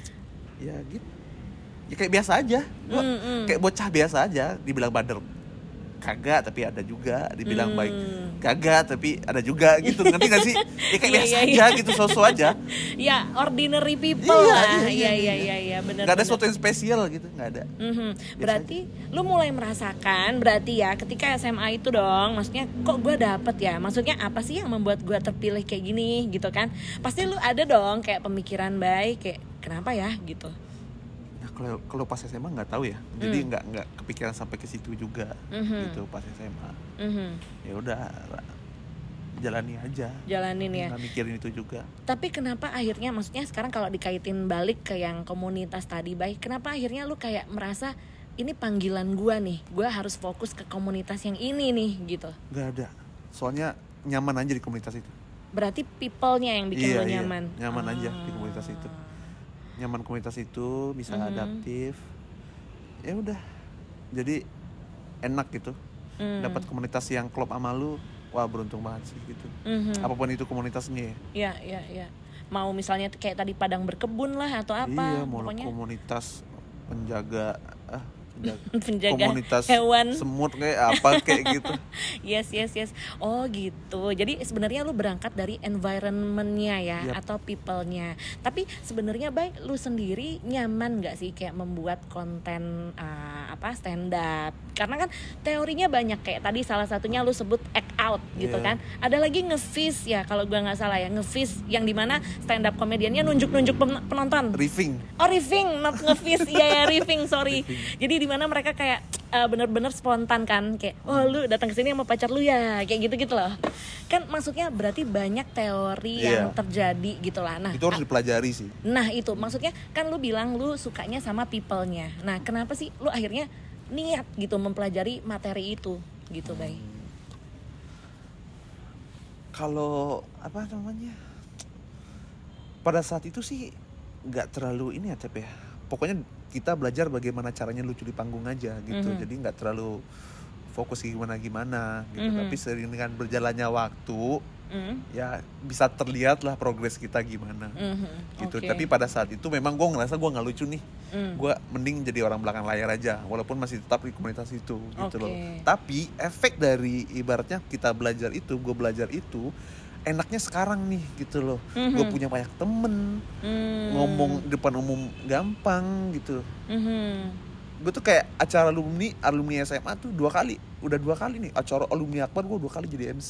Ya gitu, ya kayak biasa aja. Gua mm, mm. kayak bocah biasa aja, dibilang bader kagak tapi ada juga, dibilang mm. baik kagak tapi ada juga gitu, ngerti gak sih? Ya kayak biasa aja gitu, so-so aja. Ya ordinary people iya, lah. Iya iya iya iya iya benar. Gak ada sesuatu yang spesial gitu, nggak ada. Mm-hmm. Berarti aja. Lu mulai merasakan berarti ya ketika S M A itu dong, maksudnya kok gue dapet ya, maksudnya apa sih yang membuat gue terpilih kayak gini gitu kan? Pasti lu ada dong kayak pemikiran baik, kayak kenapa ya gitu. Kalau kalau pas S M A nggak tahu ya, mm. jadi nggak nggak kepikiran sampai ke situ juga, mm-hmm. gitu pas S M A. Mm-hmm. Ya udah, jalani aja. Jalanin ya. Nggak mikirin itu juga. Tapi kenapa akhirnya, maksudnya sekarang kalau dikaitin balik ke yang komunitas tadi, baik, kenapa akhirnya lu kayak merasa ini panggilan gua nih, gua harus fokus ke komunitas yang ini nih, gitu? Nggak ada, soalnya nyaman aja di komunitas itu. Berarti people-nya yang bikin iya, lu nyaman. Iya, nyaman ah. aja di komunitas itu. Nyaman komunitas itu, bisa mm-hmm. adaptif, ya udah, jadi enak gitu. Mm. Dapat komunitas yang klop sama lu, wah beruntung banget sih gitu. Mm-hmm. Apapun itu komunitasnya ya. Iya iya iya. Mau misalnya kayak tadi padang berkebun lah atau apa? Iya, mau pokoknya komunitas penjaga ah penjaga komunitas hewan semut kayak apa kayak gitu. Yes yes yes. Oh gitu. Jadi sebenarnya lu berangkat dari environment-nya ya, yep. atau people-nya. Tapi sebenarnya baik lu sendiri nyaman nggak sih kayak membuat konten uh, apa stand up? Karena kan teorinya banyak, kayak tadi salah satunya lu sebut act out gitu yeah. kan. Ada lagi nge-fish ya kalau gua nggak salah ya, nge-fish yang dimana stand up komediannya nunjuk-nunjuk penonton. Riffing. Oh riffing, not nge-fish. Iya ya riffing, sorry. Riffing. Jadi dimana mereka kayak uh, benar-benar spontan kan, kayak oh lu datang ke sini sama pacar lu ya, kayak gitu-gitu loh. Kan maksudnya berarti banyak teori yeah. yang terjadi gitu lah. Nah, itu harus dipelajari sih. Nah, itu maksudnya kan lu bilang lu sukanya sama people-nya. Nah, kenapa sih lu akhirnya niat gitu mempelajari materi itu gitu, Bay? Hmm. Kalau apa namanya? Pada saat itu sih enggak terlalu ini ya, Cep ya. Pokoknya kita belajar bagaimana caranya lucu di panggung aja gitu. Mm-hmm. Jadi nggak terlalu fokus gimana gimana gitu. Mm-hmm. Tapi sering dengan berjalannya waktu, mm-hmm. ya bisa terlihat lah progres kita gimana, mm-hmm. gitu. Okay. Tapi pada saat itu memang gue ngerasa gue nggak lucu nih. Mm. Gue mending jadi orang belakang layar aja, walaupun masih tetap di komunitas itu, gitu okay. loh. Tapi efek dari ibaratnya kita belajar itu, gue belajar itu. Enaknya sekarang nih gitu loh, mm-hmm. gue punya banyak temen, mm. ngomong depan umum gampang gitu. Mm-hmm. Gue tuh kayak acara alumni, alumni S M A tuh dua kali, udah dua kali nih acara alumni akbar gue dua kali jadi M C.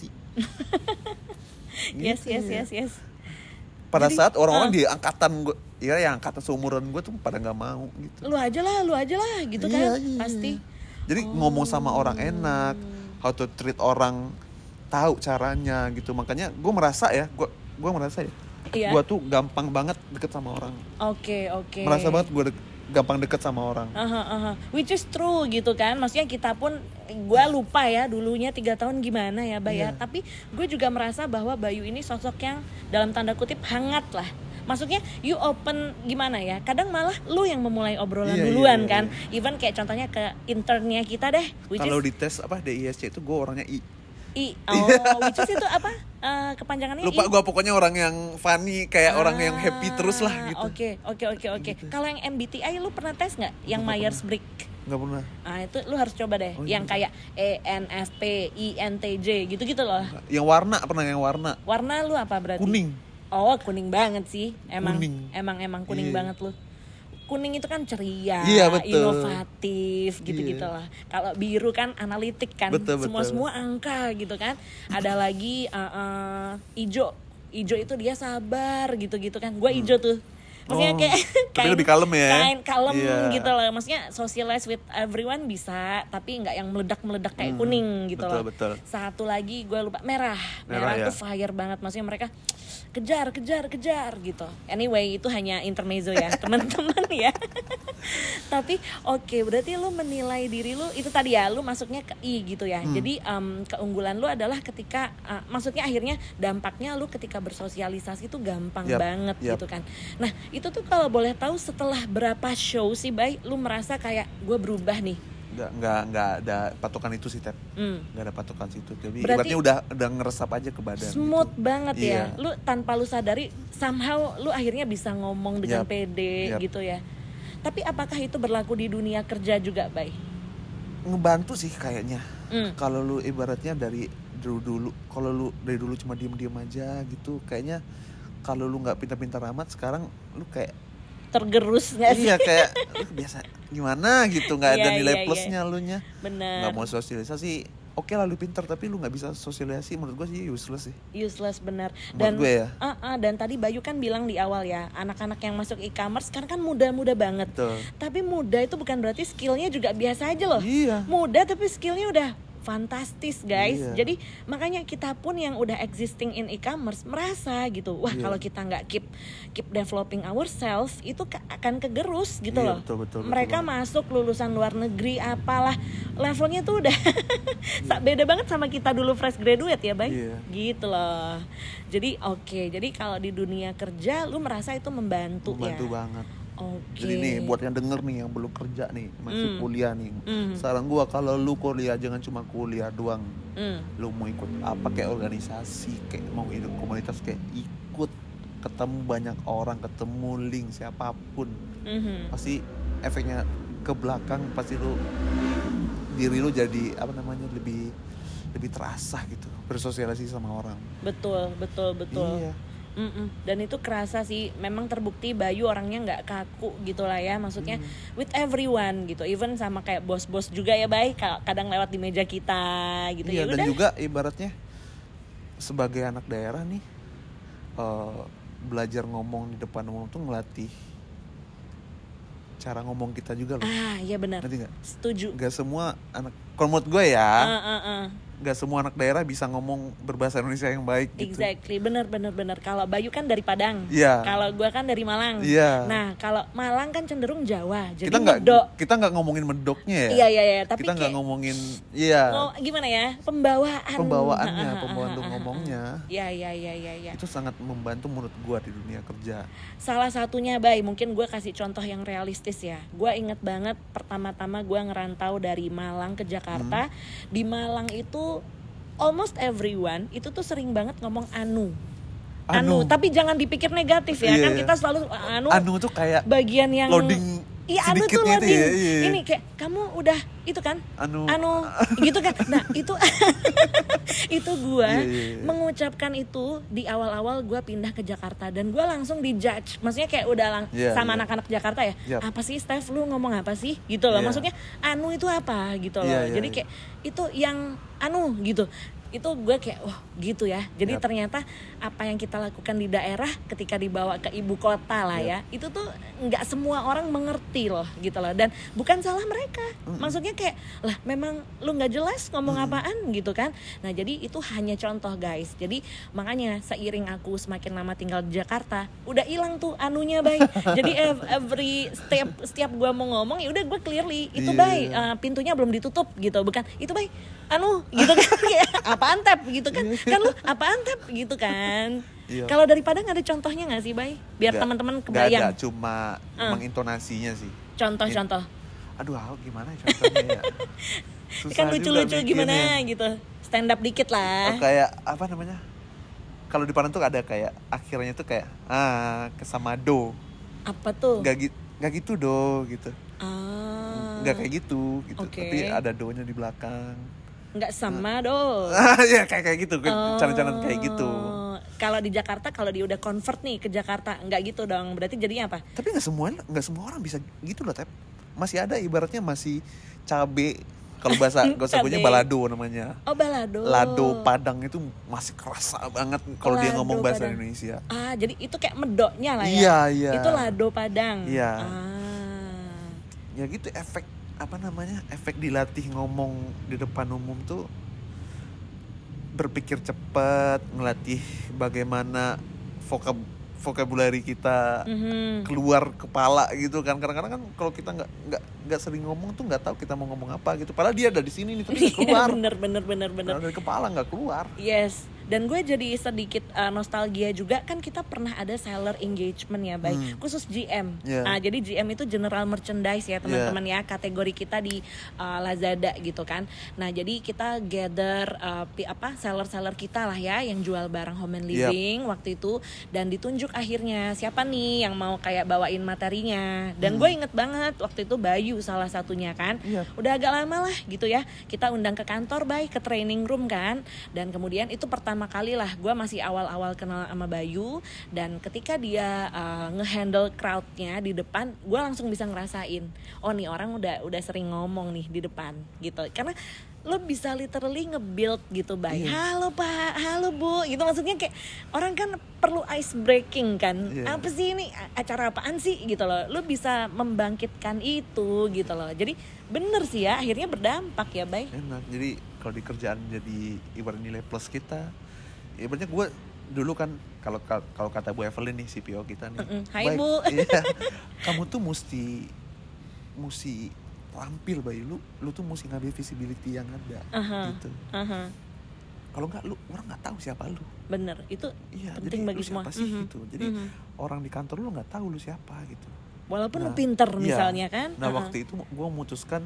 Yes gitu yes ya. yes yes. Pada jadi, saat orang-orang uh. di angkatan gue, ya yang angkatan seumuran gue tuh pada nggak mau gitu. Lu aja lah, lu aja lah gitu iya, kan, iya. pasti. Jadi oh. ngomong sama orang enak, how to treat orang, tahu caranya gitu. Makanya gue merasa ya, gue gue merasa ya, iya. gue tuh gampang banget deket sama orang. Oke okay, oke. Okay. Merasa banget gue de- gampang deket sama orang. Uh-huh, uh-huh. Which is true gitu kan. Maksudnya kita pun, gue lupa ya dulunya tiga tahun gimana ya Bay ya. Yeah. Tapi gue juga merasa bahwa Bayu ini sosok yang dalam tanda kutip hangat lah. Maksudnya you open gimana ya, kadang malah lu yang memulai obrolan yeah, duluan yeah, kan yeah. Even kayak contohnya ke internnya kita deh, kalau di tes apa D I S C itu gue orangnya I I, oh, which is itu apa? Uh, kepanjangannya lupa gue, pokoknya orang yang funny, kayak ah, orang yang happy terus lah gitu. Oke, oke, oke, oke. Kalau yang M B T I lu pernah tes nggak? Yang Myers-Briggs? Nggak pernah. Ah itu lu harus coba deh. Oh, yang iya. Kayak E N F P, I N T J, gitu-gitu loh. Yang warna pernah, yang warna. Warna lu apa berarti? Kuning. Oh kuning banget sih. Emang, kuning. emang, emang kuning yeah. banget lu. Kuning itu kan ceria, iya, inovatif gitu-gitu iya. lah. Kalau biru kan analitik kan, betul, semua-semua betul. Angka gitu kan. Ada lagi uh, uh, ijo, ijo itu dia sabar gitu-gitu kan. Gue ijo tuh, Maksudnya Oh, kayak tapi lebih kalem ya. Kain kalem Iya. gitu loh. Maksudnya socialize with everyone bisa, tapi nggak yang meledak-meledak kayak Hmm, kuning gitu betul, loh. betul. Satu lagi gue lupa, merah. Merah, Merah, ya. tuh fire banget. Maksudnya mereka kejar, kejar, kejar gitu. Anyway, itu hanya intermezzo ya, teman-teman ya. Tapi oke, berarti lu menilai diri lu itu tadi ya, lu masuknya ke I gitu ya. Hmm. Jadi um, keunggulan lu adalah ketika uh, maksudnya akhirnya dampaknya lu ketika bersosialisasi itu gampang Yap, banget yap. gitu kan. Nah, itu tuh kalau boleh tahu setelah berapa show sih, Bay, lu merasa kayak gue berubah nih? Nggak, nggak, nggak ada patokan itu sih, Tep. Hmm. Nggak ada patokan situ. Jadi Berarti ibaratnya udah udah ngeresap aja ke badan. Smooth gitu. banget ya. Iya. Lu tanpa lu sadari somehow lu akhirnya bisa ngomong dengan Yap, pede yap. gitu ya. Tapi apakah itu berlaku di dunia kerja juga, Bay? Ngebantu sih kayaknya. Hmm. Kalau lu ibaratnya dari dulu dulu, kalau lu dari dulu cuma diem-diem aja gitu, kayaknya kalau lu nggak pintar-pintar amat, sekarang lu kayak Tergerus nggak sih? iya kayak lu biasa gimana gitu, nggak ada Iya, nilai iya, plusnya lu nya. Bener. Nggak mau sosialisasi, oke lah lu pintar tapi lu nggak bisa sosialisasi, menurut gue sih useless sih. Useless bener. Menurut Dan gue ya. uh, uh, dan tadi Bayu kan bilang di awal ya, anak-anak yang masuk e-commerce sekarang kan muda-muda banget. Betul. Tapi muda itu bukan berarti skillnya juga biasa aja loh. Iya. Muda tapi skillnya udah fantastis guys. Iya. Jadi makanya kita pun yang udah existing in e-commerce merasa gitu, wah Iya. kalau kita nggak keep keep developing ourselves itu ke- akan kegerus gitu Iya, loh. betul, betul, betul Mereka banget. masuk lulusan luar negeri apalah, levelnya tuh udah sa- beda banget sama kita dulu fresh graduate ya, Bay. Iya. Gitu loh. Jadi oke, jadi kalau di dunia kerja lu merasa itu membantu, Membantu ya. banget. Oke. Jadi nih buat yang denger nih yang belum kerja nih, masih Hmm. kuliah nih. Hmm. Saran gua kalau lu kuliah jangan cuma kuliah doang. Hmm. Lu mau ikut apa kayak organisasi, kayak mau ikut komunitas, kayak ikut, ketemu banyak orang, ketemu link siapapun. Mhm. Pasti efeknya ke belakang pasti lu diri lu jadi apa namanya lebih lebih terasa gitu bersosialisasi sama orang. Betul, betul, betul. Iya. Mm-mm. Dan itu kerasa sih, memang terbukti Bayu orangnya nggak kaku gitu lah ya, maksudnya Hmm. with everyone gitu, even sama kayak bos-bos juga ya, Bay, ka- kadang lewat di meja kita gitu. Iya, Ya dan udah. juga ibaratnya sebagai anak daerah nih, eh, belajar ngomong di depan umum tuh ngelatih cara ngomong kita juga loh. Ah, iya benar. Ngerti nggak? Setuju. Gak semua anak, kalau menurut gue ya, Ah, ah, ah. gak semua anak daerah bisa ngomong berbahasa Indonesia yang baik gitu. Exactly, benar benar benar. Kalau Bayu kan dari Padang, Iya. kalau gua kan dari Malang. Iya. Nah, kalau Malang kan cenderung Jawa, jadi Kita nggak medok. kita nggak ngomongin medoknya ya. Iya iya iya, tapi kita nggak kayak ngomongin, iya. ngo- gimana ya, pembawaan. Pembawaannya, Ah, ah, ah, pembawaan ah, untuk ah, ah. ngomongnya. Iya iya iya iya. Ya. Itu sangat membantu menurut gue di dunia kerja. Salah satunya, Bay, mungkin gue kasih contoh yang realistis ya. Gue inget banget pertama-tama gue ngerantau dari Malang ke Jakarta. Hmm. Di Malang itu almost everyone itu tuh sering banget ngomong anu. Anu, Anu. tapi jangan dipikir negatif ya. Iya, Kan iya. kita selalu anu, Anu tuh kayak bagian yang loading iya, anu tuh sedikitnya itu loading. ya, iya. Ini kayak kamu udah itu kan? Anu. Anu gitu kan. Nah, itu itu gua Iya, iya, iya. mengucapkan itu di awal-awal gua pindah ke Jakarta dan gua langsung dijudge. Maksudnya kayak udah lang Iya, sama iya. anak-anak Jakarta ya. Yap. Apa sih, Steph, lu ngomong apa sih? Gitu loh. Iya. Maksudnya anu itu apa gitu loh. Iya, iya, Jadi iya. kayak itu yang anu gitu. Itu gue kayak wah gitu ya. Jadi Yap. ternyata apa yang kita lakukan di daerah ketika dibawa ke ibu kota lah ya, itu tuh nggak semua orang mengerti loh gitu loh. Dan bukan salah mereka. Maksudnya kayak lah memang lu nggak jelas ngomong apaan gitu kan. Nah jadi itu hanya contoh guys. Jadi makanya seiring aku semakin lama tinggal di Jakarta, udah hilang tuh anunya, Bay. Jadi ev- every setiap setiap gue mau ngomong ya udah gue clearly itu, Iya. Bay, uh, pintunya belum ditutup gitu, bukan itu, Bay, anu gitu kan. Kayak apaan tap gitu kan. Kan lu apaan tap gitu kan. Iya. Kalau dari Padang ada contohnya nggak sih, Bay? Biar Nggak- teman-teman nggak kebayang. ada, cuma Ah. emang intonasinya sih. Contoh-contoh. Aduh, ah, gimana ya contohnya ya? Susah Kan juga lucu-lucu bikinnya. gimana gitu. Stand up dikit Oh, lah. kayak apa namanya? Kalau di Padang tuh ada kayak akhirnya tuh kayak ah kesama do. Apa tuh? Nggak gitu, nggak gitu do gitu. Ah. Nggak kayak gitu gitu. Oke. Tapi ada do-nya di belakang. Nggak sama dong. Ah, ya kayak kayak gitu, Oh. cara-cara kayak gitu. Kalau di Jakarta, kalau dia udah convert nih ke Jakarta, nggak gitu dong. Berarti jadinya apa? Tapi nggak semua nggak semua orang bisa gitu loh, Tep. Masih ada ibaratnya masih cabe Kalau bahasa bahasa gue balado namanya. Oh, balado. Lado Padang itu masih kerasa banget kalau dia ngomong bahasa Padang. Indonesia. Ah, jadi itu kayak medoknya lah ya. Iya, iya. Itu lado Padang. Iya. Ah. Ya gitu, efek apa namanya? Efek dilatih ngomong di depan umum tuh berpikir cepat, ngelatih bagaimana vokab vocabulary kita mm-hmm. keluar kepala gitu kan. Kadang-kadang kan kalau kita nggak nggak nggak sering ngomong tuh nggak tahu kita mau ngomong apa gitu. Padahal dia ada di sini nih tapi nggak keluar. bener bener bener bener. Dari kepala nggak keluar. Yes. Dan gue jadi sedikit uh, nostalgia juga, kan kita pernah ada seller engagement ya, baik hmm. khusus G M. Yeah. Nah, jadi G M itu general merchandise ya teman-teman yeah. ya, kategori kita di uh, Lazada gitu kan. Nah, jadi kita gather uh, pi, apa seller-seller kita lah ya yang jual barang home and living yep. waktu itu, dan ditunjuk akhirnya siapa nih yang mau kayak bawain materinya. Dan hmm. gue inget banget waktu itu Bayu salah satunya kan. Yep. Udah agak lama lah gitu ya. Kita undang ke kantor, baik ke training room kan. Dan kemudian itu pertama pertama kali lah gue masih awal-awal kenal sama Bayu, dan ketika dia uh, ngehandle crowdnya di depan, gue langsung bisa ngerasain, oh nih orang udah udah sering ngomong nih di depan gitu, karena lo bisa literally nge-build gitu, Bay. Iya. Halo Pak, halo Bu, gitu maksudnya kayak orang kan perlu ice breaking kan. Iya. Apa sih ini acara apaan sih gitu loh. Lo bisa membangkitkan itu gitu loh. Jadi bener sih ya, akhirnya berdampak ya, Bay. Enak. Jadi kalau di kerjaan jadi ibarat nilai plus kita. Ibaratnya gue dulu kan kalau kalau kata Bu Evelyn nih C P O kita nih. Mm-mm. Hai Baik, Bu. Iya. Kamu tuh mesti mesti tampil, Bay. Lu lu tuh mesti ngambil visibility yang ada uh-huh. gitu. Uh-huh. Kalau enggak lu orang enggak tahu siapa lu. Bener, itu iya, penting bagi semua. Siapa sih uh-huh. gitu. Jadi uh-huh. orang di kantor lu enggak tahu lu siapa gitu. Walaupun nah, lu pinter iya. misalnya kan. Nah, uh-huh. waktu itu gue memutuskan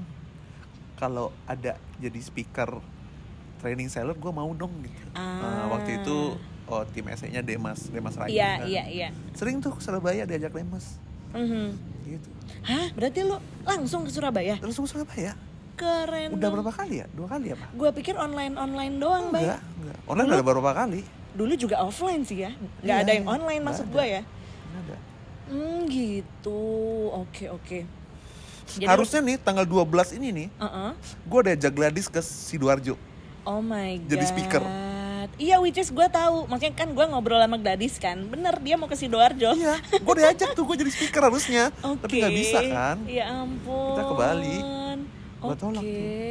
kalau ada jadi speaker training seller gue mau dong gitu. Ah. Nah, waktu itu oh, tim S E-nya Demas, Demas Raya. Iya, kan. iya, iya. Sering tuh ke Surabaya diajak Demas. Mm-hmm. Gitu. Hah? Berarti lu langsung ke Surabaya? Langsung ke Surabaya. Keren. Udah berapa kali ya? Dua kali apa? Gue pikir online-online doang, Bay. Enggak, enggak. Online dulu, udah berapa kali? Dulu juga offline sih ya. Enggak iya, ada yang online maksud gue ya. Enggak ada. Hmm, gitu. Oke, oke. Jadi, harusnya nih tanggal dua belas ini nih. Uh-uh. Gue udah ajak Gladys ke Sidoarjo. Oh my god. Jadi speaker. Iya, which is gue tahu. Maksudnya kan gue ngobrol sama Gladys kan. Bener, dia mau ke Sidoarjo. Iya, gue diajak tuh, gue jadi speaker harusnya. Okay. Tapi gak bisa kan. Ya ampun. Kita ke Bali. Gue tolak tuh.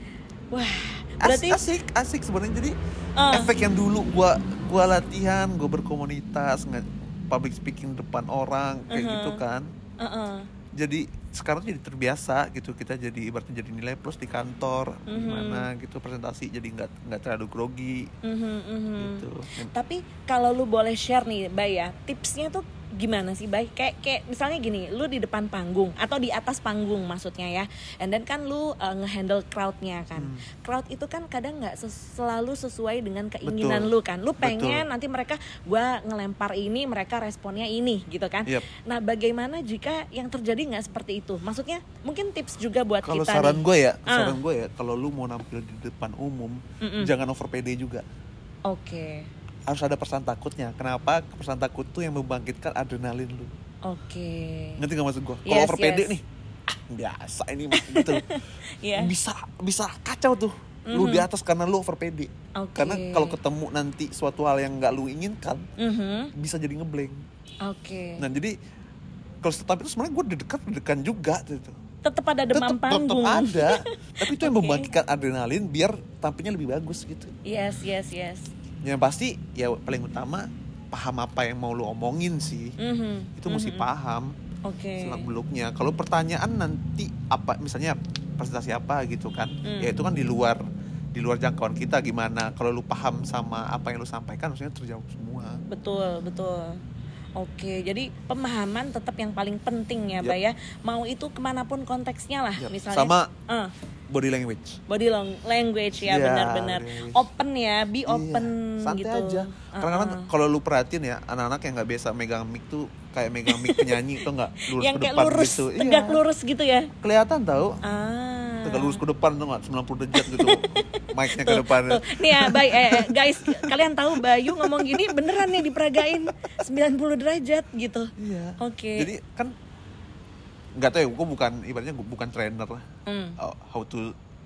Wah, berarti asik, asik sebenarnya. Jadi uh. efek yang dulu gue gue latihan, gue berkomunitas, public speaking depan orang kayak uh-huh. gitu kan. Uh-uh. Jadi sekarang jadi terbiasa gitu, kita jadi ibaratnya jadi nilai plus di kantor, mm-hmm. gimana gitu presentasi, jadi nggak nggak terlalu grogi, mm-hmm, mm-hmm. gitu. Tapi kalau lu boleh share nih, Bay ya, tipsnya tuh gimana sih, Bay? Kayak kayak misalnya gini, lu di depan panggung atau di atas panggung maksudnya ya, and then kan lu uh, ngehandle crowdnya kan, hmm. crowd itu kan kadang nggak ses- selalu sesuai dengan keinginan Betul. lu kan, lu pengen Betul. nanti mereka gua ngelempar ini, mereka responnya ini gitu kan. Yep. Nah, bagaimana jika yang terjadi nggak seperti itu? Maksudnya mungkin tips juga buat kalo kita saran nih. Gue ya, uh. saran gue ya, kalau lu mau nampil di depan umum, Mm-mm. jangan over pede juga. Oke. Okay. Harus ada perasaan takutnya. Kenapa? Perasaan takut tuh yang membangkitkan adrenalin lu. Oke. Okay. Ngerti gak maksud gue? Kalau yes, over yes. pede nih, ah, biasa ini gitu. yeah. Bisa bisa kacau tuh. Mm-hmm. Lu di atas karena lu over pede. Okay. Karena kalau ketemu nanti suatu hal yang nggak lu inginkan, mm-hmm. bisa jadi ngeblank. Oke. Okay. Nah jadi kalau tapi itu sebenarnya gue dekat dekan juga gitu. Tetap ada demam tetep, panggung. Tetap ada. Tapi itu yang okay. membangkitkan adrenalin biar tampilnya lebih bagus gitu. Yes, yes, yes. Yang pasti ya paling utama paham apa yang mau lu omongin sih. Mm-hmm. Itu mesti mm-hmm. paham. Oke. Okay. Selak beluknya. Kalau pertanyaan nanti apa misalnya presentasi apa gitu kan. Mm. Ya itu kan di luar di luar jangkauan kita gimana. Kalau lu paham sama apa yang lu sampaikan maksudnya terjawab semua. Betul, betul. Oke, jadi pemahaman tetap yang paling penting ya, yep. Mbak ya. Mau itu kemanapun konteksnya lah, yep. misalnya. Sama uh. body language. Body long language ya, yeah, benar-benar. Open ya, be open yeah. Santai gitu. aja. Karena kan uh-uh. kalau lu perhatiin ya, anak-anak yang nggak biasa megang mic tuh kayak megang mic penyanyi tuh nggak lurus yang ke depan kayak lurus, gitu. Tegak iya. lurus gitu ya. Kelihatan tau. Ah. Tegak lurus ke depan tuh nggak sembilan puluh derajat gitu. Mic-nya ke depan. Tuh. Nih ya, Bay, eh, guys, kalian tahu Bayu ngomong gini beneran nih diperagain sembilan puluh derajat gitu. Iya. Oke. Okay. Jadi kan nggak tahu ya, gue bukan ibaratnya gue bukan trainer lah. Mm. Uh, how to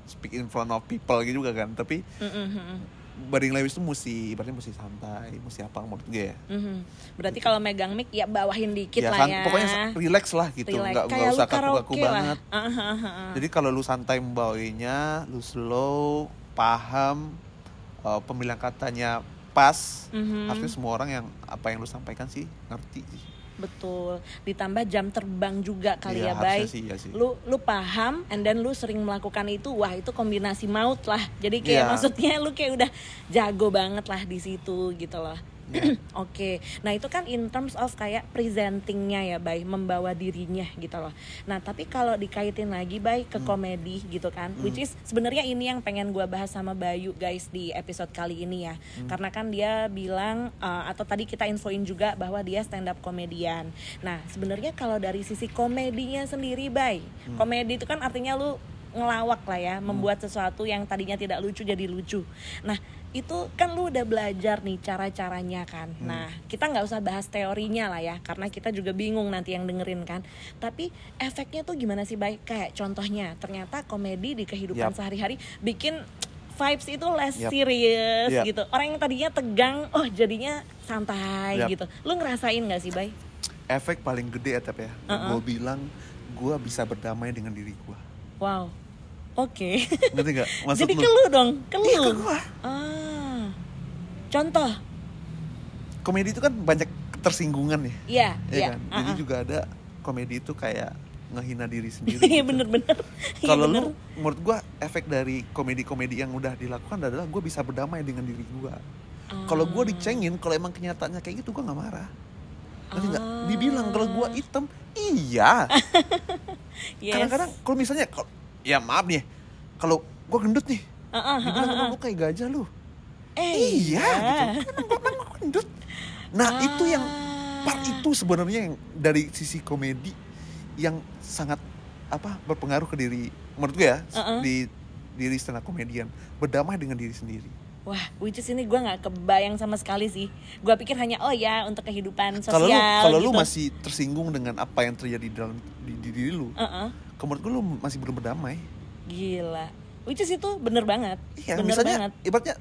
speak in front of people gitu juga kan. Tapi Mm-mm. Budding Lewis tuh mesti, ibaratnya mesti santai, mesti apa menurut gue ya. Mhm. Berarti kalau megang mic ya bawahin dikit Ya lah kan, ya. pokoknya relax lah gitu, Relax. nggak Kayak nggak lu usah kaku-kaku karaoke lah. banget. Ah, ah, ah, ah. Jadi kalau lu santai membawainya, lu slow, paham, uh, pemilihan katanya pas, Mhm. harusnya semua orang yang apa yang lu sampaikan sih ngerti sih. Betul. Ditambah jam terbang juga kali Iya, ya, Bay. harusnya sih, iya sih. Lu lu paham and then lu sering melakukan itu. Wah, itu kombinasi maut lah. Jadi kayak Iya. maksudnya lu kayak udah jago banget lah di situ gitu loh. Iya. Oke, nah itu kan in terms of kayak presentingnya ya, Bay, membawa dirinya gitu loh. Nah tapi kalau dikaitin lagi, Bay, ke Hmm. komedi gitu kan, which is sebenarnya ini yang pengen gue bahas sama Bayu guys di episode kali ini ya, Hmm. karena kan dia bilang uh, atau tadi kita infoin juga bahwa dia stand up komedian. Nah sebenarnya kalau dari sisi komedinya sendiri, Bay, Hmm. komedi itu kan artinya lu ngelawak lah ya, membuat sesuatu yang tadinya tidak lucu jadi lucu. Nah itu kan lu udah belajar nih cara-caranya kan. Hmm. Nah kita nggak usah bahas teorinya lah ya, karena kita juga bingung nanti yang dengerin kan. Tapi efeknya tuh gimana sih, Bay? Kayak contohnya ternyata komedi di kehidupan Yap. sehari-hari bikin vibes itu less Yap. serious Yap. gitu. Orang yang tadinya tegang, oh jadinya santai Yap. gitu. Lu ngerasain nggak sih, Bay? Efek paling gede ya tapi ya, Uh-uh. gue bilang gue bisa berdamai dengan diri gue. Wow. Oke. Ngerti gak? Maksud Jadi lu? ke lu dong, ke lu. Iya, ke gua. Ah. Contoh. Komedi itu kan banyak ketersinggungan ya. Iya, Iya iya. kan? Jadi Uh-uh. juga ada komedi itu kayak ngehina diri sendiri. Iya gitu. bener-bener. Iya, Kalau bener. lu, menurut gua efek dari komedi-komedi yang udah dilakukan adalah gue bisa berdamai dengan diri gua. Ah. Kalau gua dicengin, kalau emang kenyataannya kayak gitu gua nggak marah. Ngerti nggak? Ah. Dibilang kalau gua hitam, iya. Yes. Kadang-kadang kalau misalnya, kalau- ya maaf nih, kalau gua gendut nih, Uh-uh, dibilang uh-uh, sama lu kayak gajah lu. Eh, Iya, gitu. Emang gua, emang gua gendut. Nah Ah. itu yang part itu sebenarnya yang dari sisi komedi yang sangat apa berpengaruh ke diri menurut gue ya, Uh-uh. di diri stand up komedian, berdamai dengan diri sendiri. Wah, which is ini gue nggak kebayang sama sekali sih. Gue pikir hanya oh ya untuk kehidupan sosial. Kalau lu kalau gitu. lu masih tersinggung dengan apa yang terjadi dalam di, di diri lu, Uh-uh. menurut gue lu masih belum berdamai. Gila. Which is itu bener banget. Iya, bener misalnya banget. ibaratnya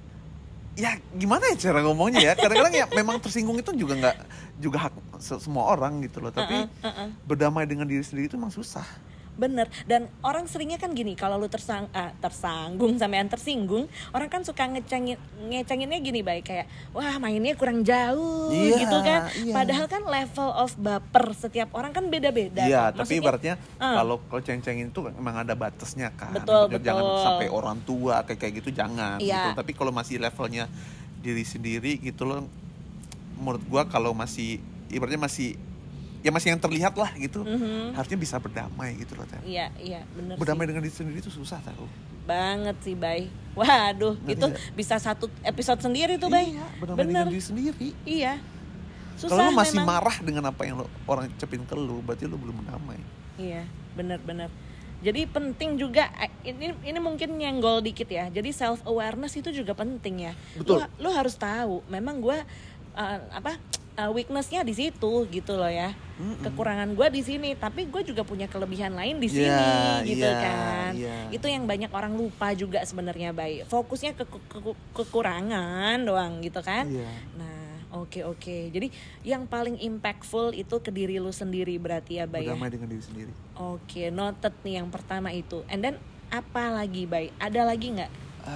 ya gimana ya cara ngomongnya ya, kadang-kadang ya memang tersinggung itu juga nggak juga hak se- semua orang gitu loh, tapi Uh-uh, uh-uh. berdamai dengan diri sendiri itu memang susah. Bener, dan orang seringnya kan gini, kalau lu tersang, ah, tersanggung sampean tersinggung, orang kan suka ngecengin, ngecenginnya gini, baik kayak wah mainnya kurang jauh Iya, gitu kan. iya. Padahal kan level of baper setiap orang kan beda-beda. Iya, kan. tapi Maksudnya, ibaratnya uh. kalau kalau ceng-cengin itu memang ada batasnya kan. Betul, Gitu. Jangan betul. sampai orang tua kayak kayak gitu, jangan. Iya. Gitu. Tapi kalau masih levelnya diri sendiri gitu loh, menurut gua kalau masih ibaratnya masih ya masih yang terlihat lah gitu, Mhm. harusnya bisa berdamai gitu loh. Tem. Iya, iya, bener Berdamai sih. dengan diri sendiri itu susah tahu. Banget sih, Bay. Waduh, Ngerti itu nggak? bisa satu episode sendiri tuh, Bay. Iya, berdamai dengan Bener. diri sendiri. Iya. Susah Kalau lu masih memang. marah dengan apa yang lo, orang cepin ke lu, berarti lu belum berdamai. Iya, benar-benar. Jadi penting juga eh, ini ini mungkin nyenggol dikit ya. Jadi self awareness itu juga penting ya. Betul. Lu, lu harus tahu, memang gue uh, apa uh, weaknessnya di situ gitu loh ya. Mm-mm. Kekurangan gue di sini, tapi gue juga punya kelebihan lain di sini Iya, gitu iya, kan. iya. Itu yang banyak orang lupa juga sebenarnya, Bay. Fokusnya ke, ke- ke- kekurangan doang gitu kan. Iya. Nah, oke oke. Jadi yang paling impactful itu ke diri lu sendiri berarti ya, Bay ya. Berdamai dengan diri sendiri. Oke, noted nih yang pertama itu. And then apa lagi, Bay? Ada lagi nggak?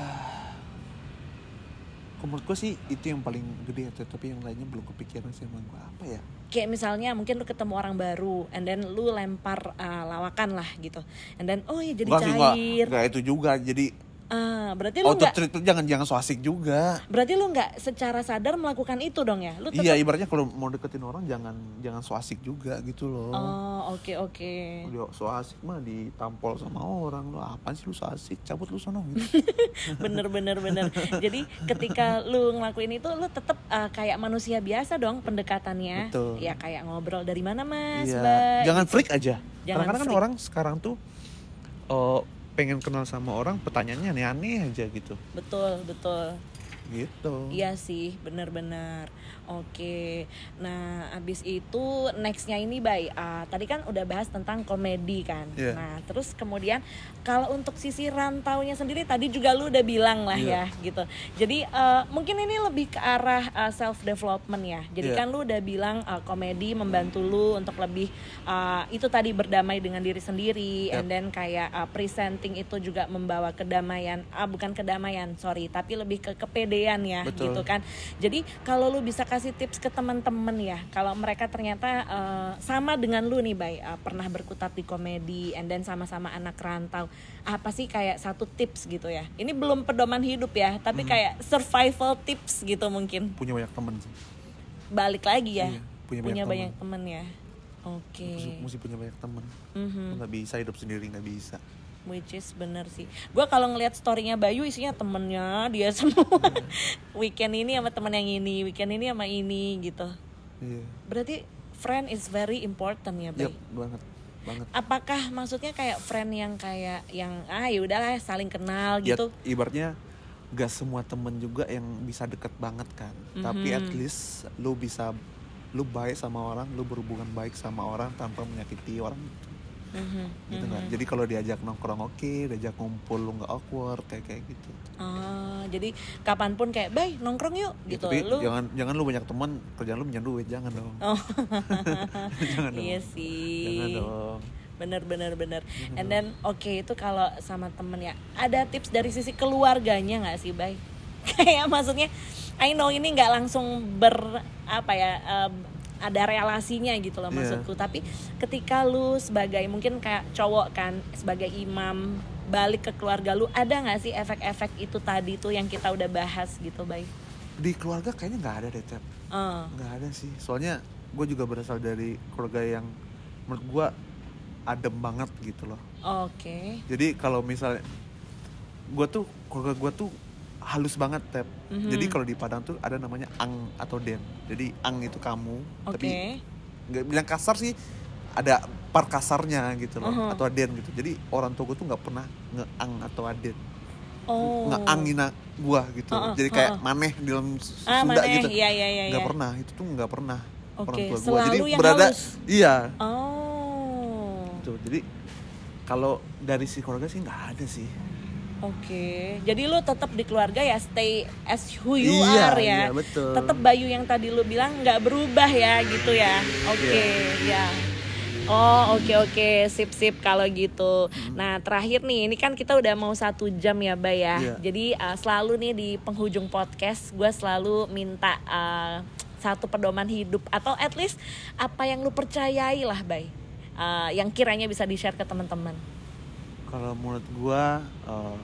Kalau menurut gue sih itu yang paling gede, tapi yang lainnya belum kepikiran sih emang gue apa ya. Kayak misalnya mungkin lu ketemu orang baru, and then lu lempar uh, lawakan lah gitu. And then oh ya jadi Enggak sih, enggak, cair. enggak itu juga. Jadi Ah, berarti lu auto nggak, treat itu jangan jangan so asik juga. berarti lu nggak secara sadar melakukan itu dong ya? Lu tetap. Iya, ibaratnya kalau mau deketin orang jangan jangan so asik juga gitu loh. Oh, oke oke. Dia so asik mah ditampol sama orang, lo apaan sih lu so asik, cabut lu sono gitu. Bener bener bener. Jadi ketika lu ngelakuin itu, lu tetap uh, kayak manusia biasa dong pendekatannya. Betul. Ya kayak ngobrol dari mana mas, Iya, Mbak? jangan Gitu. freak aja. Jangan Kadang-kadang kan freak. orang sekarang tuh oh, pengen kenal sama orang, pertanyaannya aneh-aneh aja gitu. Betul betul. Gitu. Iya sih, benar-benar. Oke, nah abis itu nextnya ini Bay, uh, tadi kan udah bahas tentang komedi kan. Yeah. Nah terus kemudian kalau untuk sisi rantaunya sendiri tadi juga lu udah bilang lah Yeah. ya gitu. Jadi uh, mungkin ini lebih ke arah uh, self development ya. Jadi Yeah. kan lu udah bilang uh, komedi membantu lu untuk lebih uh, itu tadi berdamai dengan diri sendiri, Yep. and then kayak uh, presenting itu juga membawa kedamaian, ah bukan kedamaian sorry, tapi lebih ke kepedean ya. Betul. Gitu kan. Jadi kalau lu bisa kasih tips ke teman-teman ya, kalau mereka ternyata uh, sama dengan lu nih Bay, uh, pernah berkutat di komedi and then sama-sama anak rantau, apa sih kayak satu tips gitu ya, ini belum pedoman hidup ya, tapi Hmm. kayak survival tips gitu mungkin, Punya banyak temen sih. balik lagi ya, Iya, punya punya banyak banyak temen ya. Oke. Mesti, mesti punya banyak temen. Mhm. Nggak bisa hidup sendiri, nggak bisa. Which is bener sih. Gue kalau ngelihat storynya Bayu isinya temennya dia semua. Weekend ini sama temen yang ini, weekend ini sama ini gitu. Iya. Berarti friend is very important ya, Bay. Yep, banget, banget. Apakah maksudnya kayak friend yang kayak yang ah ya udahlah saling kenal Ya, gitu? ibaratnya gak semua temen juga yang bisa deket banget kan. Tapi Mhm. at least lu bisa, lu baik sama orang, lu berhubungan baik sama orang tanpa menyakiti orang Mhm, gitu mhm. nggak? Jadi kalau diajak nongkrong oke, diajak ngumpul lu nggak awkward kayak kayak gitu. Oh, jadi kapanpun kayak Bay nongkrong yuk Ya, gitu. tapi Lu jangan jangan lu banyak teman, kerjaan lu minjem duit, jangan dong. Oh. Jangan dong. Iya sih. Jangan dong. Bener bener bener. And then oke okay, itu kalau sama temen ya. Ada tips dari sisi keluarganya nggak sih Bay? Kayak maksudnya, I know ini nggak langsung ber apa ya um, ada relasinya gitu loh Yeah. maksudku. Tapi ketika lu sebagai mungkin kayak cowok kan sebagai imam balik ke keluarga lu, ada nggak sih efek-efek itu tadi tuh yang kita udah bahas gitu Bay? Di keluarga kayaknya nggak ada deh, Tep. Uh. Nggak ada sih. Soalnya gue juga berasal dari keluarga yang menurut gue adem banget gitu loh. Oke. Okay. Jadi kalau misalnya gue tuh keluarga gue tuh halus banget, Tep. Mhm. Jadi kalau di Padang tuh ada namanya ang atau den. Jadi ang itu kamu, Oke. tapi nggak bilang kasar sih, ada part kasarnya gitu loh, Uh-huh. atau aden gitu. Jadi orang tua gue tuh nggak pernah ngeang atau aden, Oh. ngeangin gue gitu. Uh-uh, Jadi kayak uh-uh. maneh di dalam Ah, Sunda maneh, gitu. iya, iya, iya, Nggak iya. pernah, itu tuh nggak pernah Oke, orang tua gue. selalu Jadi yang berada, halus. iya. Oh. Tuh, jadi kalau dari si keluarga sih nggak ada sih. Oke, jadi lu tetap di keluarga ya stay as who you Iya, are ya. iya, betul. Tetap Bayu yang tadi lu bilang nggak berubah ya gitu ya. Oke, ya. Oh oke oke sip sip kalau gitu. Nah terakhir nih, ini kan kita udah mau satu jam ya Bay ya. Iya. Jadi uh, selalu nih di penghujung podcast gue selalu minta uh, satu pedoman hidup atau at least apa yang lu percayai lah Bay, uh, yang kiranya bisa di share ke teman-teman. Kalau menurut gue, uh,